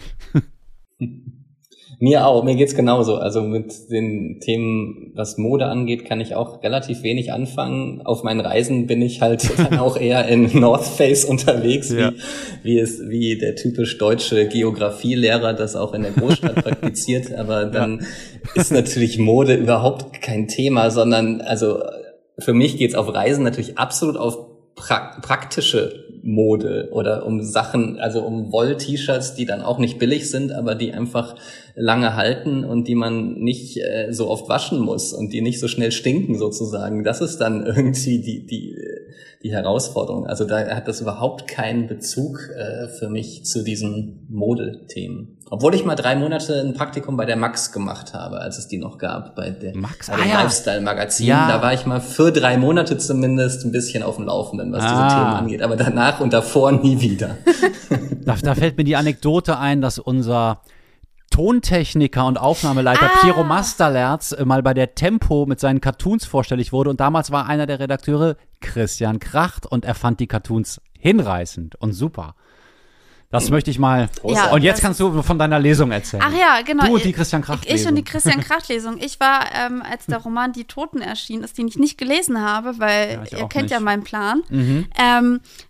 Mir auch, mir geht's genauso. Also mit den Themen, was Mode angeht, kann ich auch relativ wenig anfangen. Auf meinen Reisen bin ich halt dann auch eher in North Face unterwegs, ja. wie, wie es, wie der typisch deutsche Geografielehrer das auch in der Großstadt praktiziert. Aber dann ja. ist natürlich Mode überhaupt kein Thema, sondern also für mich geht's auf Reisen natürlich absolut auf pra- praktische Mode oder um Sachen, also um Woll-T-Shirts, die dann auch nicht billig sind, aber die einfach lange halten und die man nicht äh, so oft waschen muss und die nicht so schnell stinken sozusagen. Das ist dann irgendwie die die die Herausforderung. Also da hat das überhaupt keinen Bezug äh, für mich zu diesen Modethemen. Obwohl ich mal drei Monate ein Praktikum bei der Max gemacht habe, als es die noch gab, bei, der, Max? bei dem ah, ja. Lifestyle-Magazin. Ja. Da war ich mal für drei Monate zumindest ein bisschen auf dem Laufenden, was ah. diese Themen angeht. Aber danach und davor nie wieder. da, da fällt mir die Anekdote ein, dass unser Tontechniker und Aufnahmeleiter ah. Piero Masterlerz äh, mal bei der Tempo mit seinen Cartoons vorstellig wurde und damals war einer der Redakteure Christian Kracht und er fand die Cartoons hinreißend und super. Das hm. möchte ich mal. Ja, und jetzt kannst du von deiner Lesung erzählen. Ach ja, genau. Du und die Christian Kracht-Lesung. Ich und die Christian Kracht-Lesung. Ich war, ähm, als der Roman Die Toten erschien ist, den ich nicht gelesen habe, weil ja, ihr kennt nicht. ja meinen Plan. Mhm. Ähm,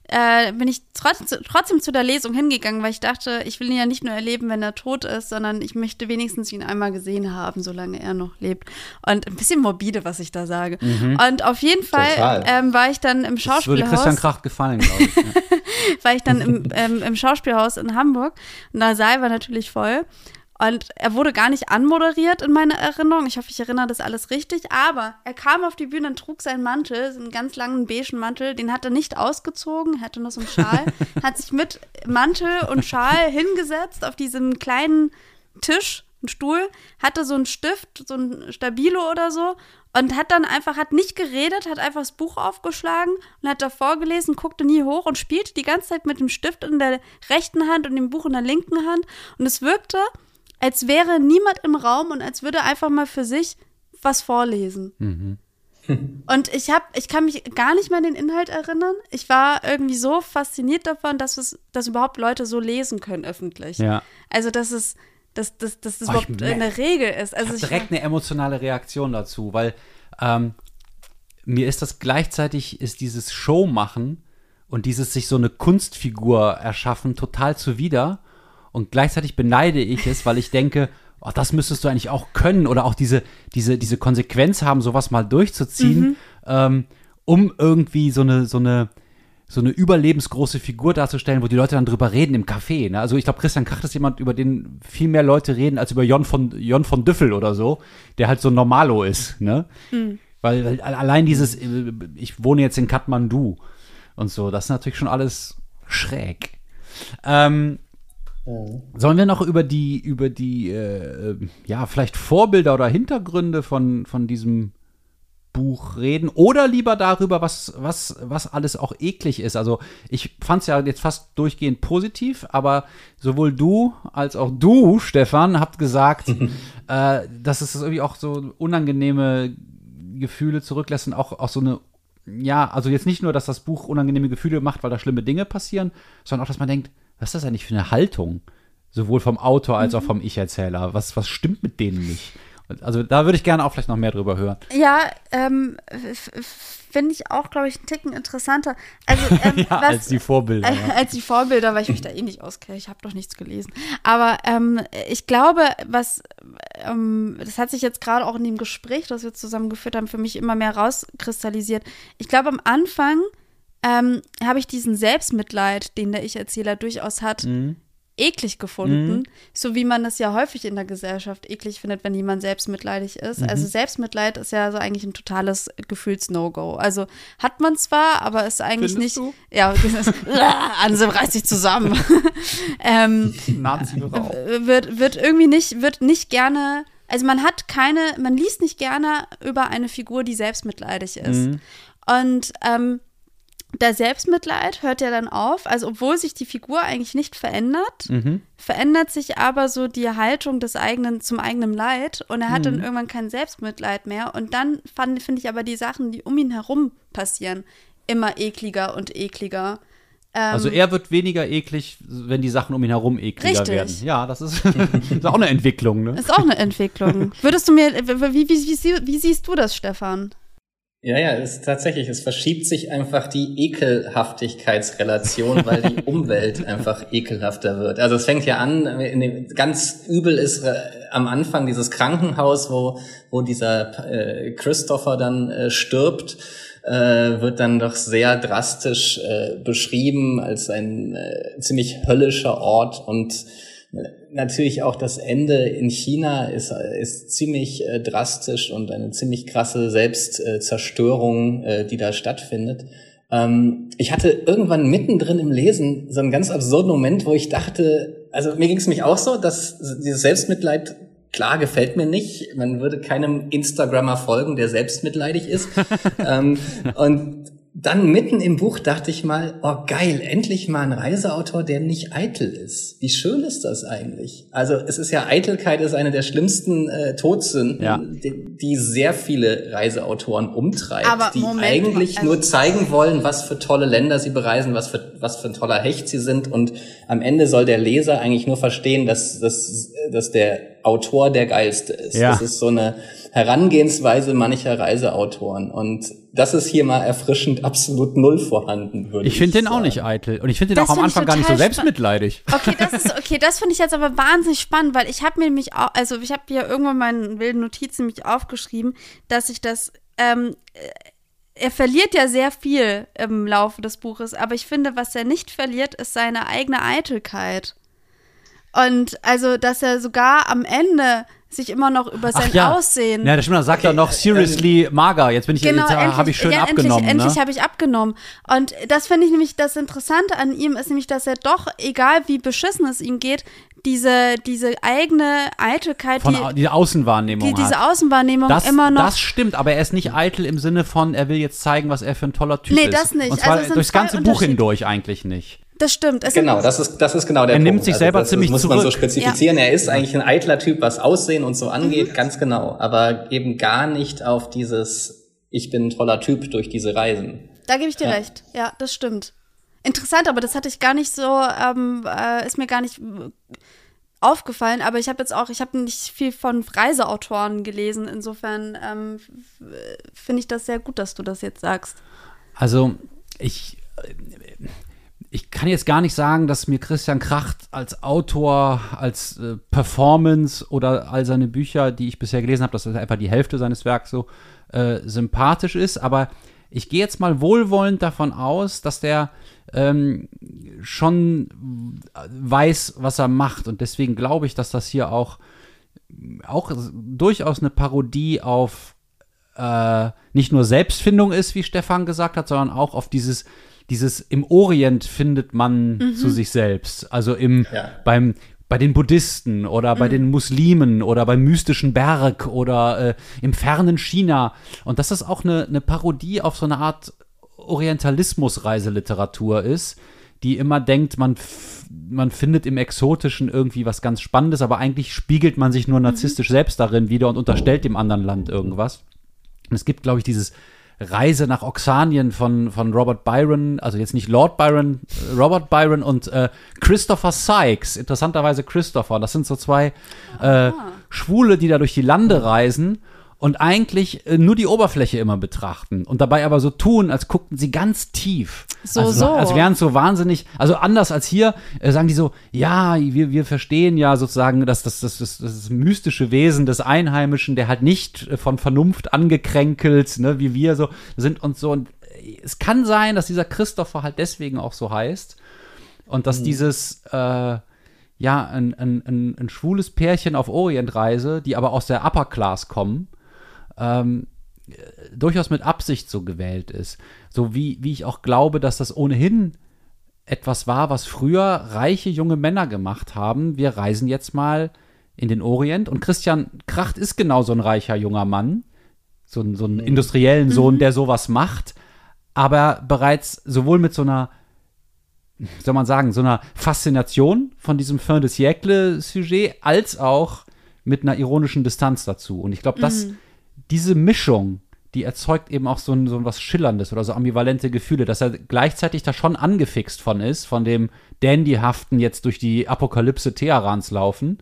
äh, bin ich trotz, trotzdem zu der Lesung hingegangen, weil ich dachte, ich will ihn ja nicht nur erleben, wenn er tot ist, sondern ich möchte wenigstens ihn einmal gesehen haben, solange er noch lebt. Und ein bisschen morbide, was ich da sage. Mhm. Und auf jeden Fall ähm, war ich dann im Schauspielhaus. Das würde Christian Kracht gefallen, glaube ich. Ja. war ich dann im, ähm, im Schauspielhaus in Hamburg und der Saal war natürlich voll. Und er wurde gar nicht anmoderiert in meiner Erinnerung. Ich hoffe, ich erinnere das alles richtig. Aber er kam auf die Bühne und trug seinen Mantel, so einen ganz langen beigen Mantel. Den hat er nicht ausgezogen, er hatte nur so einen Schal. Hat sich mit Mantel und Schal hingesetzt auf diesen kleinen Tisch, einen Stuhl. Hatte so einen Stift, so ein Stabilo oder so. Und hat dann einfach, hat nicht geredet, hat einfach das Buch aufgeschlagen und hat da vorgelesen, guckte nie hoch und spielte die ganze Zeit mit dem Stift in der rechten Hand und dem Buch in der linken Hand. Und es wirkte, als wäre niemand im Raum und als würde er einfach mal für sich was vorlesen. Mhm. Und ich hab, ich kann mich gar nicht mehr an den Inhalt erinnern. Ich war irgendwie so fasziniert davon, dass es, dass überhaupt Leute so lesen können öffentlich. Ja. Also, dass es, dass, dass, dass das oh, überhaupt eine Regel ist. Also ich habe direkt eine emotionale Reaktion dazu, weil ähm, mir ist das gleichzeitig, ist dieses Showmachen und dieses sich so eine Kunstfigur erschaffen total zuwider. Und gleichzeitig beneide ich es, weil ich denke, oh, das müsstest du eigentlich auch können oder auch diese, diese, diese Konsequenz haben, sowas mal durchzuziehen, mhm. ähm, um irgendwie so eine, so eine, so eine überlebensgroße Figur darzustellen, wo die Leute dann drüber reden im Café. Ne? Also ich glaube, Christian Kracht ist jemand, über den viel mehr Leute reden, als über Jon von, Jon von Düffel oder so, der halt so ein Normalo ist. Ne? Mhm. Weil, weil allein dieses, ich wohne jetzt in Kathmandu und so, das ist natürlich schon alles schräg. Ähm, Sollen wir noch über die, über die, äh, ja, vielleicht Vorbilder oder Hintergründe von, von diesem Buch reden? Oder lieber darüber, was, was, was alles auch eklig ist? Also, ich fand es ja jetzt fast durchgehend positiv, aber sowohl du als auch du, Stefan, habt gesagt, äh, dass es irgendwie auch so unangenehme Gefühle zurücklässt und auch, auch so eine, ja, also jetzt nicht nur, dass das Buch unangenehme Gefühle macht, weil da schlimme Dinge passieren, sondern auch, dass man denkt, was ist das eigentlich für eine Haltung? Sowohl vom Autor als auch vom Ich-Erzähler. Was, was stimmt mit denen nicht? Also da würde ich gerne auch vielleicht noch mehr drüber hören. Ja, ähm, finde ich auch, glaube ich, einen Ticken interessanter. Also, ähm, ja, was, als die Vorbilder. Äh, ja. Als die Vorbilder, weil ich mich da eh nicht auskenne. Ich habe doch nichts gelesen. Aber ähm, ich glaube, was, ähm, das hat sich jetzt gerade auch in dem Gespräch, das wir zusammen geführt haben, für mich immer mehr rauskristallisiert. Ich glaube, am Anfang Ähm, habe ich diesen Selbstmitleid, den der Ich-Erzähler durchaus hat, mhm. eklig gefunden. Mhm. So wie man das ja häufig in der Gesellschaft eklig findet, wenn jemand selbstmitleidig ist. Mhm. Also Selbstmitleid ist ja so eigentlich ein totales Gefühls-No-Go. Also hat man zwar, aber ist eigentlich Findest nicht. Du? Ja, Ansem reißt sich zusammen. ähm, wird, wird irgendwie nicht, wird nicht gerne. Also man hat keine, man liest nicht gerne über eine Figur, die selbstmitleidig ist. Mhm. Und ähm, der Selbstmitleid hört ja dann auf, also obwohl sich die Figur eigentlich nicht verändert, mhm. verändert sich aber so die Haltung des eigenen zum eigenen Leid und er hat mhm. dann irgendwann kein Selbstmitleid mehr und dann finde ich aber die Sachen, die um ihn herum passieren, immer ekliger und ekliger. Ähm, also er wird weniger eklig, wenn die Sachen um ihn herum ekliger richtig. werden. Ja, das ist, das ist auch eine Entwicklung. Ne? Ist auch eine Entwicklung. Würdest du mir, wie, wie, wie, wie siehst du das, Stefan? Ja, ja, es ist tatsächlich, es verschiebt sich einfach die Ekelhaftigkeitsrelation, weil die Umwelt einfach ekelhafter wird. Also es fängt ja an, in dem, ganz übel ist äh, am Anfang dieses Krankenhaus, wo wo dieser äh, Christopher dann äh, stirbt, äh, wird dann doch sehr drastisch äh, beschrieben als ein äh, ziemlich höllischer Ort und natürlich auch das Ende in China ist, ist ziemlich äh, drastisch und eine ziemlich krasse Selbstzerstörung, äh, die da stattfindet. Ähm, ich hatte irgendwann mittendrin im Lesen so einen ganz absurden Moment, wo ich dachte, also mir ging es mich auch so, dass dieses Selbstmitleid, klar, gefällt mir nicht. Man würde keinem Instagrammer folgen, der selbstmitleidig ist. ähm, und dann mitten im Buch dachte ich mal, oh geil, endlich mal ein Reiseautor, der nicht eitel ist. Wie schön ist das eigentlich? Also es ist ja, Eitelkeit ist eine der schlimmsten äh, Todsünden, ja. die, die sehr viele Reiseautoren umtreibt, aber die Moment, eigentlich also nur zeigen wollen, was für tolle Länder sie bereisen, was für was für ein toller Hecht sie sind und am Ende soll der Leser eigentlich nur verstehen, dass, dass, dass der Autor der Geilste ist. Ja. Das ist so eine Herangehensweise mancher Reiseautoren und das ist hier mal erfrischend absolut null vorhanden, würde ich Ich finde den sagen. auch nicht eitel. Und ich finde den Das auch am find ich Anfang gar nicht so total selbstmitleidig. Okay, das ist okay, das finde ich jetzt aber wahnsinnig spannend, weil ich habe mir nämlich auch, also ich habe hier irgendwann meine wilden Notizen mich aufgeschrieben, dass ich das, ähm, er verliert ja sehr viel im Laufe des Buches, aber ich finde, was er nicht verliert, ist seine eigene Eitelkeit. Und also, dass er sogar am Ende sich immer noch über sein Ach ja. Aussehen. Ja, das stimmt, dann sagt er noch, seriously, mager. Jetzt bin ich, Genau, jetzt habe ich schön ja, abgenommen. Endlich, ne? endlich habe ich abgenommen. Und das finde ich nämlich, das Interessante an ihm ist nämlich, dass er doch, egal wie beschissen es ihm geht, diese, diese eigene Eitelkeit, Von, die, diese Außenwahrnehmung die diese hat. Außenwahrnehmung Das, immer noch. das stimmt, aber er ist nicht eitel im Sinne von, er will jetzt zeigen, was er für ein toller Typ Nee, ist. das nicht. Und zwar Also es sind durchs zwei ganze Buch Unterschiede. hindurch eigentlich nicht. Das stimmt. Es Genau, sind, das ist, das ist genau der Er Punkt. nimmt sich selber das, ziemlich das muss man so zurück. spezifizieren. Er ist eigentlich ein eitler Typ, was Aussehen und so Mhm. angeht, ganz genau. Aber eben gar nicht auf dieses, ich bin ein toller Typ durch diese Reisen. Da gebe ich dir Ja. recht. Ja, das stimmt. Interessant, aber das hatte ich gar nicht so, ähm, äh, ist mir gar nicht äh, aufgefallen. Aber ich habe jetzt auch, ich habe nicht viel von Reiseautoren gelesen. Insofern ähm, f- finde ich das sehr gut, dass du das jetzt sagst. Also, ich, ich kann jetzt gar nicht sagen, dass mir Christian Kracht als Autor, als äh, Performance oder all seine Bücher, die ich bisher gelesen habe, das ist einfach die Hälfte seines Werks so, äh, sympathisch ist. Aber ich gehe jetzt mal wohlwollend davon aus, dass der ähm, schon weiß, was er macht. Und deswegen glaube ich, dass das hier auch, auch durchaus eine Parodie auf äh, nicht nur Selbstfindung ist, wie Stefan gesagt hat, sondern auch auf dieses, dieses im Orient findet man Mhm. zu sich selbst. Also im, Ja. beim, bei den Buddhisten oder bei Mhm. den Muslimen oder beim mystischen Berg oder äh, im fernen China. Und dass das auch eine, eine Parodie auf so eine Art Orientalismus-Reiseliteratur ist, die immer denkt, man, f- man findet im Exotischen irgendwie was ganz Spannendes, aber eigentlich spiegelt man sich nur narzisstisch selbst darin wieder und unterstellt dem anderen Land irgendwas. Und es gibt, glaube ich, dieses Reise nach Oxanien von, von Robert Byron, also jetzt nicht Lord Byron, äh, Robert Byron und äh, Christopher Sykes, interessanterweise Christopher. Das sind so zwei äh, Schwule, die da durch die Lande reisen und eigentlich äh, nur die Oberfläche immer betrachten und dabei aber so tun, als guckten sie ganz tief. So, also, so. Als wären es so wahnsinnig, also anders als hier, äh, sagen die so, ja, wir, wir verstehen ja sozusagen das, das, das, das, das mystische Wesen des Einheimischen, der halt nicht äh, von Vernunft angekränkelt, ne, wie wir so sind und so. Und äh, es kann sein, dass dieser Christopher halt deswegen auch so heißt und dass dieses äh, ja, ein, ein, ein, ein schwules Pärchen auf Orientreise, die aber aus der Upper Class kommen, ähm, durchaus mit Absicht so gewählt ist. So wie, wie ich auch glaube, dass das ohnehin etwas war, was früher reiche junge Männer gemacht haben. Wir reisen jetzt mal in den Orient. Und Christian Kracht ist genau so ein reicher junger Mann, so, ein- so einen industriellen Sohn, der sowas macht, aber bereits sowohl mit so einer, wie soll man sagen, so einer Faszination von diesem Fin de Siècle-Sujet, als auch mit einer ironischen Distanz dazu. Und ich glaube, dass diese Mischung, die erzeugt eben auch so ein, so ein was Schillerndes oder so ambivalente Gefühle, dass er gleichzeitig da schon angefixt von ist, von dem Dandyhaften jetzt durch die Apokalypse Teherans laufen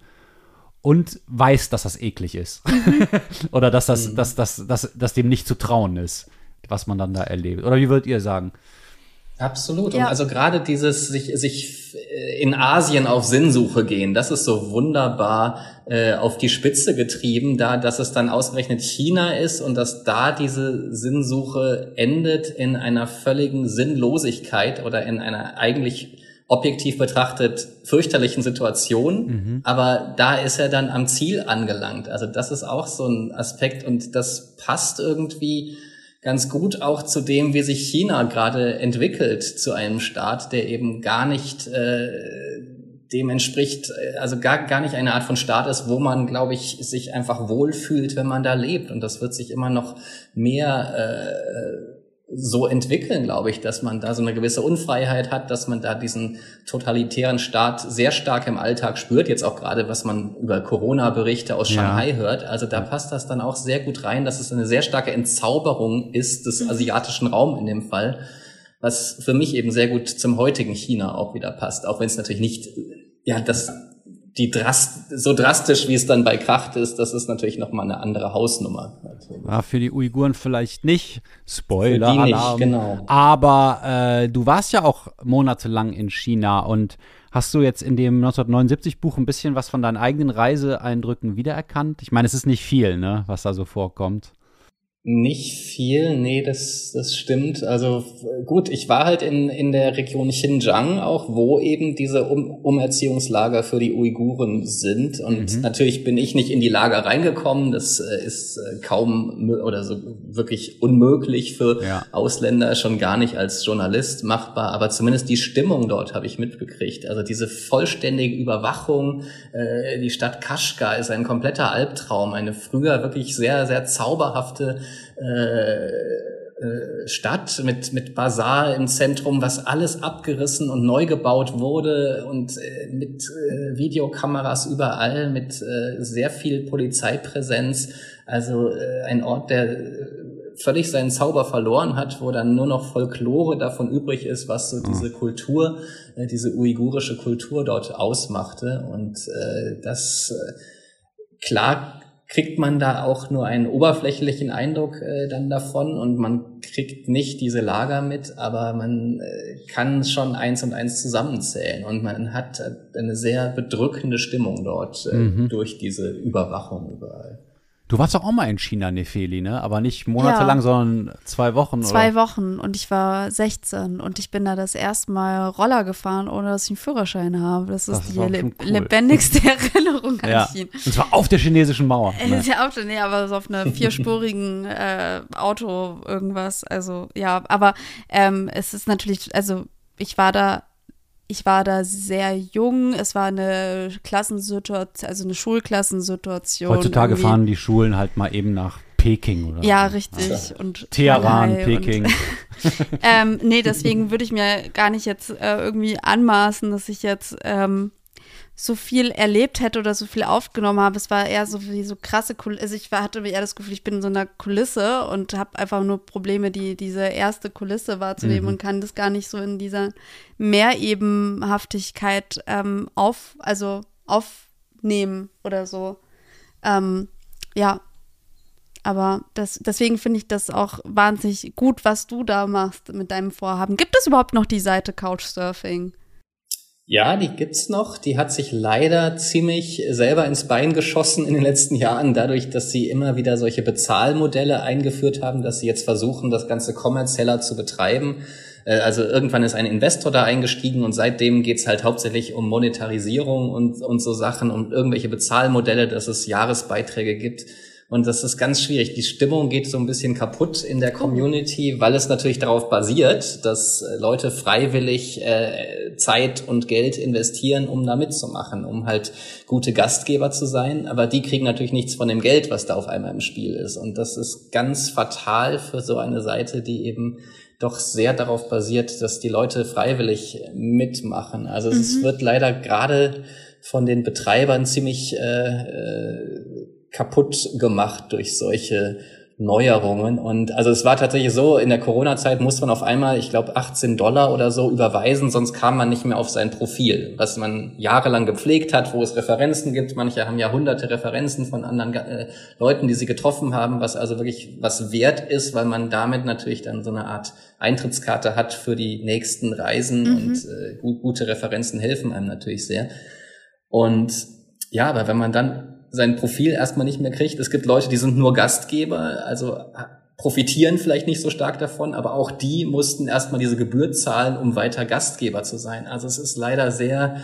und weiß, dass das eklig ist. Oder dass das, dass, dass, dass, dass dem nicht zu trauen ist, was man dann da erlebt. Oder wie würdet ihr sagen? Absolut. Ja. Und also gerade dieses sich, sich in Asien auf Sinnsuche gehen, das ist so wunderbar äh, auf die Spitze getrieben, da dass es dann ausgerechnet China ist und dass da diese Sinnsuche endet in einer völligen Sinnlosigkeit oder in einer eigentlich objektiv betrachtet fürchterlichen Situation. Aber da ist er dann am Ziel angelangt. Also das ist auch so ein Aspekt und das passt irgendwie ganz gut auch zu dem, wie sich China gerade entwickelt, zu einem Staat, der eben gar nicht äh, dem entspricht, also gar gar nicht eine Art von Staat ist, wo man, glaube ich, sich einfach wohlfühlt, wenn man da lebt. Und das wird sich immer noch mehr äh, so entwickeln, glaube ich, dass man da so eine gewisse Unfreiheit hat, dass man da diesen totalitären Staat sehr stark im Alltag spürt, jetzt auch gerade, was man über Corona-Berichte aus Ja. Shanghai hört. Also da passt das dann auch sehr gut rein, dass es eine sehr starke Entzauberung ist des asiatischen Raums in dem Fall, was für mich eben sehr gut zum heutigen China auch wieder passt, auch wenn es natürlich nicht, ja, das die drast so drastisch, wie es dann bei Kracht ist, das ist natürlich nochmal eine andere Hausnummer. Ja, für die Uiguren vielleicht nicht. Spoiler-Alarm. Genau. Aber äh, du warst ja auch monatelang in China und hast du jetzt in dem neunzehnhundertneunundsiebzig Buch ein bisschen was von deinen eigenen Reiseeindrücken wiedererkannt? Ich meine, es ist nicht viel, ne, was da so vorkommt. Nicht viel, nee, das, das stimmt. Also gut, ich war halt in, in der Region Xinjiang auch, wo eben diese um Umerziehungslager für die Uiguren sind. Und mhm. natürlich bin ich nicht in die Lager reingekommen. Das äh, ist äh, kaum oder so wirklich unmöglich für ja. Ausländer, schon gar nicht als Journalist machbar. Aber zumindest die Stimmung dort habe ich mitbekriegt. Also diese vollständige Überwachung. Äh, die Stadt Kashgar ist ein kompletter Albtraum. Eine früher wirklich sehr, sehr zauberhafte Äh, äh, Stadt mit mit Basar im Zentrum, was alles abgerissen und neu gebaut wurde und äh, mit äh, Videokameras überall, mit äh, sehr viel Polizeipräsenz. Also äh, ein Ort, der völlig seinen Zauber verloren hat, wo dann nur noch Folklore davon übrig ist, was so diese Kultur, äh, diese uigurische Kultur dort ausmachte. Und äh, das äh, klar kriegt man da auch nur einen oberflächlichen Eindruck äh, dann davon und man kriegt nicht diese Lager mit, aber man äh, kann schon eins und eins zusammenzählen und man hat eine sehr bedrückende Stimmung dort äh, mhm. durch diese Überwachung überall. Du warst doch auch mal in China, Nefeli, ne? Aber nicht monatelang, ja. sondern zwei Wochen, Zwei oder? Wochen und ich war sechzehn und ich bin da das erste Mal Roller gefahren, ohne dass ich einen Führerschein habe. Das ist das die le- cool. lebendigste Erinnerung an ja. China. Und zwar auf der chinesischen Mauer. Ne? Das ist ja auch schon, nee, aber so auf einer vierspurigen äh, Auto irgendwas. Also ja, aber ähm, es ist natürlich, also ich war da Ich war da sehr jung, es war eine Klassensituation, also eine Schulklassensituation. Heutzutage irgendwie. fahren die Schulen halt mal eben nach Peking oder Ja, so. richtig. Also Und Teheran, Peking. Und ähm, nee, deswegen würde ich mir gar nicht jetzt äh, irgendwie anmaßen, dass ich jetzt ähm, so viel erlebt hätte oder so viel aufgenommen habe. Es war eher so wie so krasse Kulisse. Also ich war, hatte eher das Gefühl, ich bin in so einer Kulisse und habe einfach nur Probleme, die diese erste Kulisse wahrzunehmen mhm. und kann das gar nicht so in dieser Mehrebenhaftigkeit ähm, auf, also aufnehmen oder so. Ähm, ja, aber das, deswegen finde ich das auch wahnsinnig gut, was du da machst mit deinem Vorhaben. Gibt es überhaupt noch die Seite Couchsurfing? Ja, die gibt's noch. Die hat sich leider ziemlich selber ins Bein geschossen in den letzten Jahren, dadurch, dass sie immer wieder solche Bezahlmodelle eingeführt haben, dass sie jetzt versuchen, das Ganze kommerzieller zu betreiben. Also irgendwann ist ein Investor da eingestiegen und seitdem geht's halt hauptsächlich um Monetarisierung und, und so Sachen, um irgendwelche Bezahlmodelle, dass es Jahresbeiträge gibt. Und das ist ganz schwierig. Die Stimmung geht so ein bisschen kaputt in der Community, weil es natürlich darauf basiert, dass Leute freiwillig äh, Zeit und Geld investieren, um da mitzumachen, um halt gute Gastgeber zu sein. Aber die kriegen natürlich nichts von dem Geld, was da auf einmal im Spiel ist. Und das ist ganz fatal für so eine Seite, die eben doch sehr darauf basiert, dass die Leute freiwillig mitmachen. Also mhm. es wird leider gerade von den Betreibern ziemlich äh, äh, kaputt gemacht durch solche Neuerungen. Und also es war tatsächlich so, in der Corona-Zeit musste man auf einmal, ich glaube, achtzehn Dollar oder so überweisen, sonst kam man nicht mehr auf sein Profil, was man jahrelang gepflegt hat, wo es Referenzen gibt. Manche haben ja hunderte Referenzen von anderen äh, Leuten, die sie getroffen haben, was also wirklich was wert ist, weil man damit natürlich dann so eine Art Eintrittskarte hat für die nächsten Reisen mhm. und äh, gut, gute Referenzen helfen einem natürlich sehr. Und ja, aber wenn man dann sein Profil erstmal nicht mehr kriegt. Es gibt Leute, die sind nur Gastgeber, also profitieren vielleicht nicht so stark davon, aber auch die mussten erstmal diese Gebühr zahlen, um weiter Gastgeber zu sein. Also es ist leider sehr,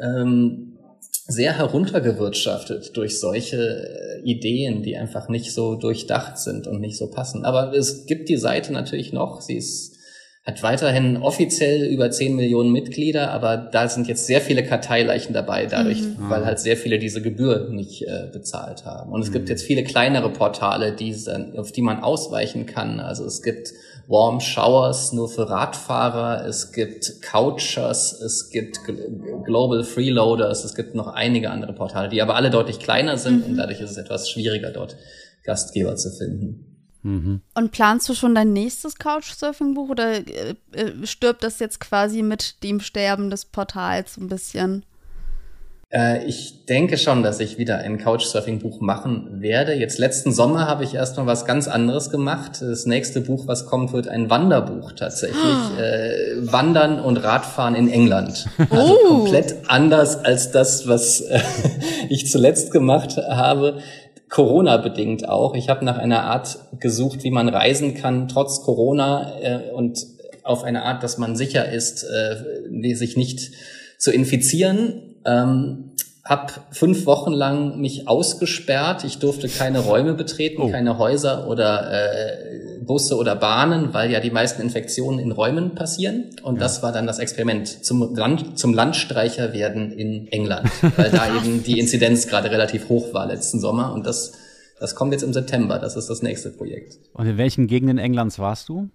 ähm, sehr heruntergewirtschaftet durch solche Ideen, die einfach nicht so durchdacht sind und nicht so passen. Aber es gibt die Seite natürlich noch. Sie ist hat weiterhin offiziell über zehn Millionen Mitglieder, aber da sind jetzt sehr viele Karteileichen dabei, dadurch, mhm. weil halt sehr viele diese Gebühr nicht äh, bezahlt haben. Und es mhm. gibt jetzt viele kleinere Portale, die, auf die man ausweichen kann. Also es gibt Warm Showers nur für Radfahrer, es gibt Couchers, es gibt Global Freeloaders, es gibt noch einige andere Portale, die aber alle deutlich kleiner sind mhm. und dadurch ist es etwas schwieriger, dort Gastgeber zu finden. Mhm. Und planst du schon dein nächstes Couchsurfing-Buch oder äh, stirbt das jetzt quasi mit dem Sterben des Portals ein bisschen? Äh, ich denke schon, dass ich wieder ein Couchsurfing-Buch machen werde. Jetzt letzten Sommer habe ich erst mal was ganz anderes gemacht. Das nächste Buch, was kommt, wird ein Wanderbuch tatsächlich. Oh. Äh, Wandern und Radfahren in England. Also oh. komplett anders als das, was äh, ich zuletzt gemacht habe. Corona-bedingt auch. Ich habe nach einer Art gesucht, wie man reisen kann, trotz Corona äh, und auf eine Art, dass man sicher ist, äh, sich nicht zu infizieren. Ähm, hab fünf Wochen lang mich ausgesperrt. Ich durfte keine Räume betreten, oh. keine Häuser oder äh, Busse oder Bahnen, weil ja die meisten Infektionen in Räumen passieren. Und ja. das war dann das Experiment zum Land, zum Landstreicher werden in England, weil da eben die Inzidenz gerade relativ hoch war letzten Sommer. Und das, das kommt jetzt im September. Das ist das nächste Projekt. Und in welchen Gegenden Englands warst du?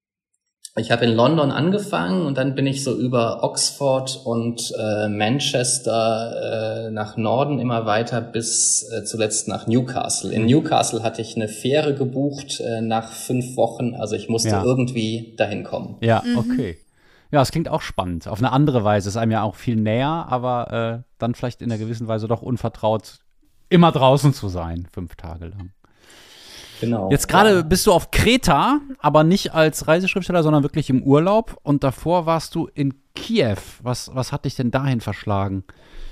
Ich habe in London angefangen und dann bin ich so über Oxford und äh, Manchester äh, nach Norden immer weiter bis äh, zuletzt nach Newcastle. In Newcastle hatte ich eine Fähre gebucht äh, nach fünf Wochen, also ich musste ja. irgendwie dahin kommen. Ja, okay. Ja, es klingt auch spannend. Auf eine andere Weise ist einem ja auch viel näher, aber äh, dann vielleicht in einer gewissen Weise doch unvertraut, immer draußen zu sein, fünf Tage lang. Genau. Jetzt gerade ja. bist du auf Kreta, aber nicht als Reiseschriftsteller, sondern wirklich im Urlaub. Und davor warst du in Kiew. Was, was hat dich denn dahin verschlagen?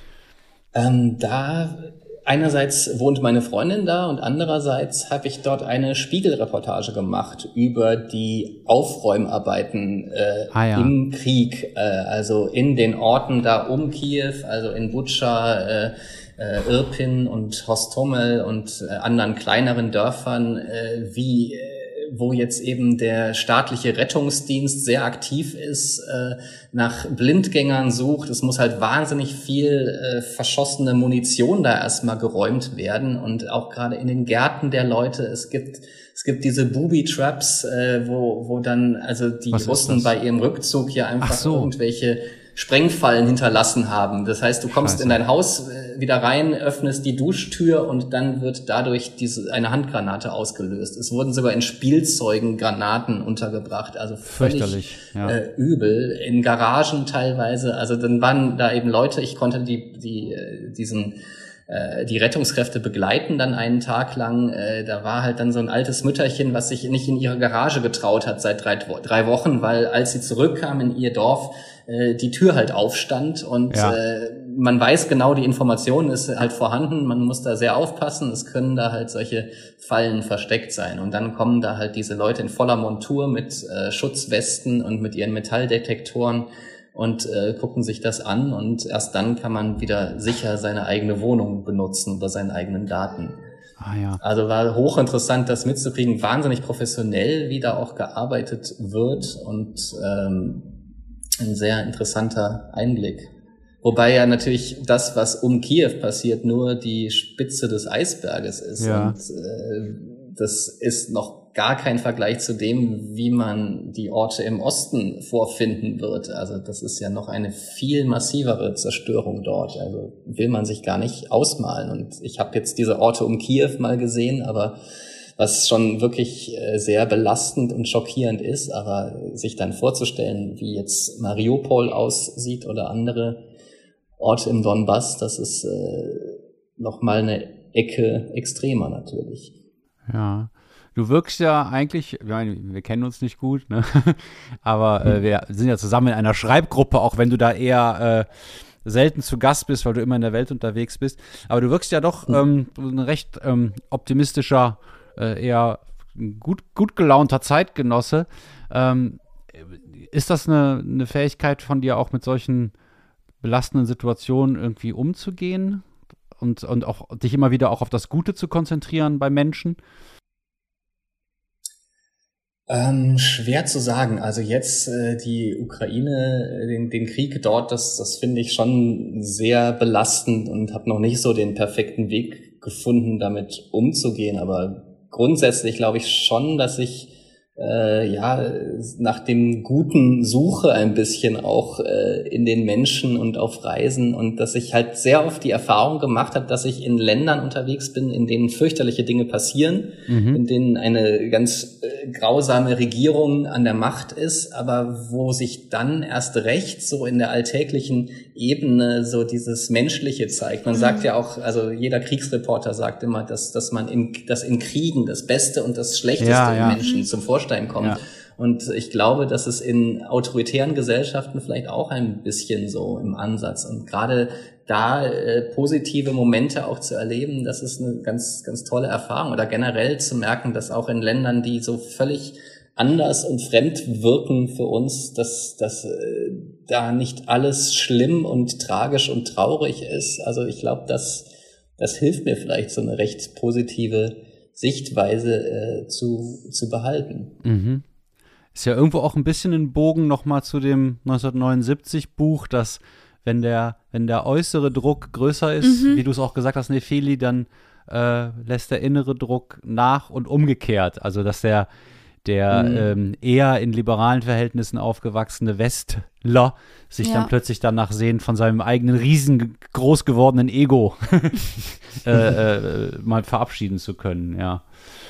Ähm, da einerseits wohnt meine Freundin da und andererseits habe ich dort eine Spiegelreportage gemacht über die Aufräumarbeiten äh, ah, ja. im Krieg, äh, also in den Orten da um Kiew, also in Butscha, äh, Äh, Irpin und Hostomel und äh, anderen kleineren Dörfern, äh, wie äh, wo jetzt eben der staatliche Rettungsdienst sehr aktiv ist, äh, nach Blindgängern sucht. Es muss halt wahnsinnig viel äh, verschossene Munition da erstmal geräumt werden und auch gerade in den Gärten der Leute. Es gibt es gibt diese Booby-Traps, äh, wo wo dann also die Was Russen bei ihrem Rückzug hier einfach so. irgendwelche Sprengfallen hinterlassen haben. Das heißt, du kommst Scheiße. in dein Haus äh, wieder rein, öffnest die Duschtür und dann wird dadurch diese eine Handgranate ausgelöst. Es wurden sogar in Spielzeugen Granaten untergebracht, also völlig ja. äh, übel. In Garagen teilweise. Also dann waren da eben Leute, ich konnte die die äh, diesen äh, die Rettungskräfte begleiten dann einen Tag lang. Äh, da war halt dann so ein altes Mütterchen, was sich nicht in ihre Garage getraut hat seit drei, drei Wochen, weil als sie zurückkam in ihr Dorf, die Tür halt aufstand und ja. äh, man weiß genau, die Information ist halt vorhanden, man muss da sehr aufpassen, es können da halt solche Fallen versteckt sein und dann kommen da halt diese Leute in voller Montur mit äh, Schutzwesten und mit ihren Metalldetektoren und äh, gucken sich das an und erst dann kann man wieder sicher seine eigene Wohnung benutzen oder seine eigenen Daten. Ah, ja. Also war hochinteressant, das mitzukriegen, wahnsinnig professionell, wie da auch gearbeitet wird und ähm, ein sehr interessanter Einblick. Wobei ja natürlich das, was um Kiew passiert, nur die Spitze des Eisberges ist. Ja. Und äh, das ist noch gar kein Vergleich zu dem, wie man die Orte im Osten vorfinden wird. Also das ist ja noch eine viel massivere Zerstörung dort. Also will man sich gar nicht ausmalen. Und ich habe jetzt diese Orte um Kiew mal gesehen, aber was schon wirklich sehr belastend und schockierend ist, aber sich dann vorzustellen, wie jetzt Mariupol aussieht oder andere Orte im Donbass, das ist äh, nochmal eine Ecke extremer natürlich. Ja, du wirkst ja eigentlich, ich meine, wir kennen uns nicht gut, ne? aber äh, wir sind ja zusammen in einer Schreibgruppe, auch wenn du da eher äh, selten zu Gast bist, weil du immer in der Welt unterwegs bist. Aber du wirkst ja doch ähm, ein recht ähm, optimistischer, äh, eher gut, gut gelaunter Zeitgenosse. Ähm, ist das eine, eine Fähigkeit von dir, auch mit solchen belastenden Situationen irgendwie umzugehen und, und auch dich immer wieder auch auf das Gute zu konzentrieren bei Menschen? Ähm, schwer zu sagen. Also jetzt äh, die Ukraine, den, den Krieg dort, das, das finde ich schon sehr belastend und habe noch nicht so den perfekten Weg gefunden, damit umzugehen. Aber grundsätzlich glaube ich schon, dass ich äh, ja, nach dem Guten suche ein bisschen auch äh, in den Menschen und auf Reisen und dass ich halt sehr oft die Erfahrung gemacht habe, dass ich in Ländern unterwegs bin, in denen fürchterliche Dinge passieren, mhm. in denen eine ganz äh, grausame Regierung an der Macht ist, aber wo sich dann erst recht so in der alltäglichen Ebene so dieses Menschliche zeigt. Man mhm. sagt ja auch, also jeder Kriegsreporter sagt immer, dass, dass man in, dass in Kriegen das Beste und das Schlechteste ja, im ja. Menschen zum Vorschein kommt. Ja. Und ich glaube, dass es in autoritären Gesellschaften vielleicht auch ein bisschen so im Ansatz und gerade da äh, positive Momente auch zu erleben, das ist eine ganz, ganz tolle Erfahrung oder generell zu merken, dass auch in Ländern, die so völlig anders und fremd wirken für uns, dass, dass äh, da nicht alles schlimm und tragisch und traurig ist. Also ich glaube, das, das hilft mir vielleicht, so eine recht positive Sichtweise äh, zu, zu behalten. Mhm. Ist ja irgendwo auch ein bisschen ein Bogen nochmal zu dem neunzehnhundertneunundsiebzig Buch, dass wenn der, wenn der äußere Druck größer ist, mhm. wie du es auch gesagt hast, Nefeli, dann äh, lässt der innere Druck nach und umgekehrt. Also dass der, der mhm. ähm, eher in liberalen Verhältnissen aufgewachsene Westler sich ja. dann plötzlich danach sehen, von seinem eigenen riesengroß gewordenen Ego äh, äh, mal verabschieden zu können, ja.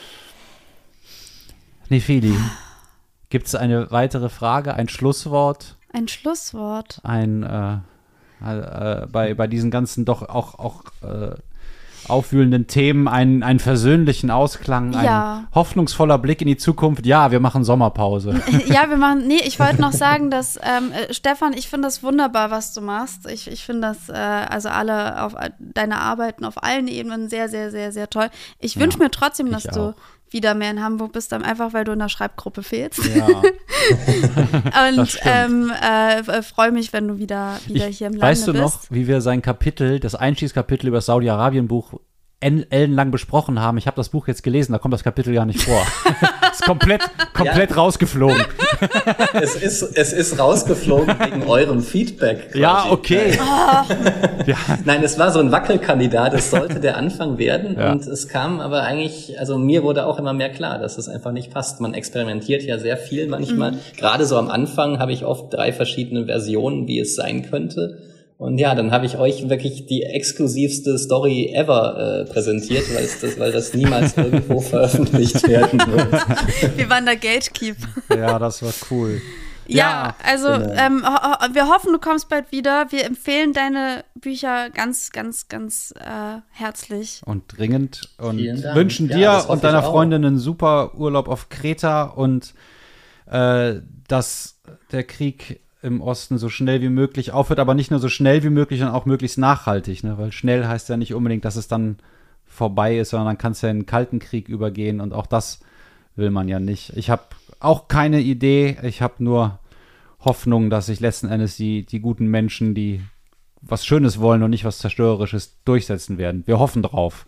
Nefeli, gibt es eine weitere Frage, ein Schlusswort? Ein Schlusswort? Ein, äh, äh, bei, bei diesen ganzen doch auch, auch äh, aufwühlenden Themen einen, einen versöhnlichen Ausklang, ja. ein hoffnungsvoller Blick in die Zukunft. Ja, wir machen Sommerpause. Ja, wir machen, nee, ich wollte noch sagen, dass, ähm, äh, Stefan, ich finde das wunderbar, was du machst. Ich, ich finde das, äh, also alle, auf deine Arbeiten auf allen Ebenen sehr, sehr, sehr, sehr toll. Ich wünsche ja, mir trotzdem, dass du wieder mehr in Hamburg bist, dann einfach, weil du in der Schreibgruppe fehlst. Ja. Und ähm, äh, freue mich, wenn du wieder, wieder ich, hier im Lande bist. Weißt du bist. noch, wie wir sein Kapitel, das Einstiegskapitel über das Saudi-Arabien-Buch ellenlang besprochen haben? Ich habe das Buch jetzt gelesen, da kommt das Kapitel gar nicht vor. Ist komplett, komplett ja. rausgeflogen. Es ist, es ist rausgeflogen wegen eurem Feedback. Quasi. Ja, okay. Oh. Ja. Nein, es war so ein Wackelkandidat, es sollte der Anfang werden ja. und es kam aber eigentlich, also mir wurde auch immer mehr klar, dass es einfach nicht passt. Man experimentiert ja sehr viel manchmal. Mhm. Gerade so am Anfang habe ich oft drei verschiedene Versionen, wie es sein könnte. Und ja, dann habe ich euch wirklich die exklusivste Story ever äh, präsentiert, weil das, weil das niemals irgendwo veröffentlicht werden wird. Wir waren der Gatekeep. Ja, das war cool. Ja, ja also genau. ähm, ho- wir hoffen, du kommst bald wieder. Wir empfehlen deine Bücher ganz, ganz, ganz äh, herzlich. Und dringend. Und wünschen dir ja, und deiner Freundin einen super Urlaub auf Kreta und äh, dass der Krieg im Osten so schnell wie möglich aufhört, aber nicht nur so schnell wie möglich, sondern auch möglichst nachhaltig, ne? Weil schnell heißt ja nicht unbedingt, dass es dann vorbei ist, sondern dann kann es ja in einen kalten Krieg übergehen und auch das will man ja nicht. Ich habe auch keine Idee, ich habe nur Hoffnung, dass sich letzten Endes die, die guten Menschen, die was Schönes wollen und nicht was Zerstörerisches, durchsetzen werden. Wir hoffen drauf.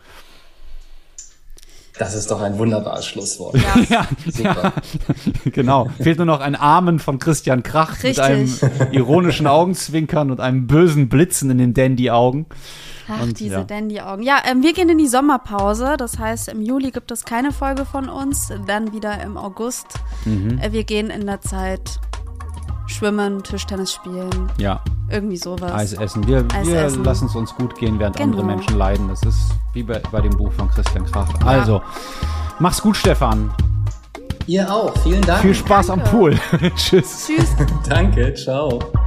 Das ist doch ein wunderbares Schlusswort. Ja, ja, super. Ja, genau. Fehlt nur noch ein Amen von Christian Krach Richtig. mit einem ironischen Augenzwinkern und einem bösen Blitzen in den Dandy-Augen. Ach, und, diese ja. Dandy-Augen. Ja, ähm, wir gehen in die Sommerpause. Das heißt, im Juli gibt es keine Folge von uns. Dann wieder im August. Mhm. Äh, wir gehen in der Zeit schwimmen, Tischtennis spielen. Ja. Irgendwie sowas. Eis essen. Wir, Eis wir essen. lassen es uns gut gehen, während Genau. andere Menschen leiden. Das ist wie bei, bei dem Buch von Christian Krach. Ja. Also, mach's gut, Stefan. Ihr auch. Vielen Dank. Viel Spaß Danke. am Pool. Tschüss. Tschüss. Danke. Ciao.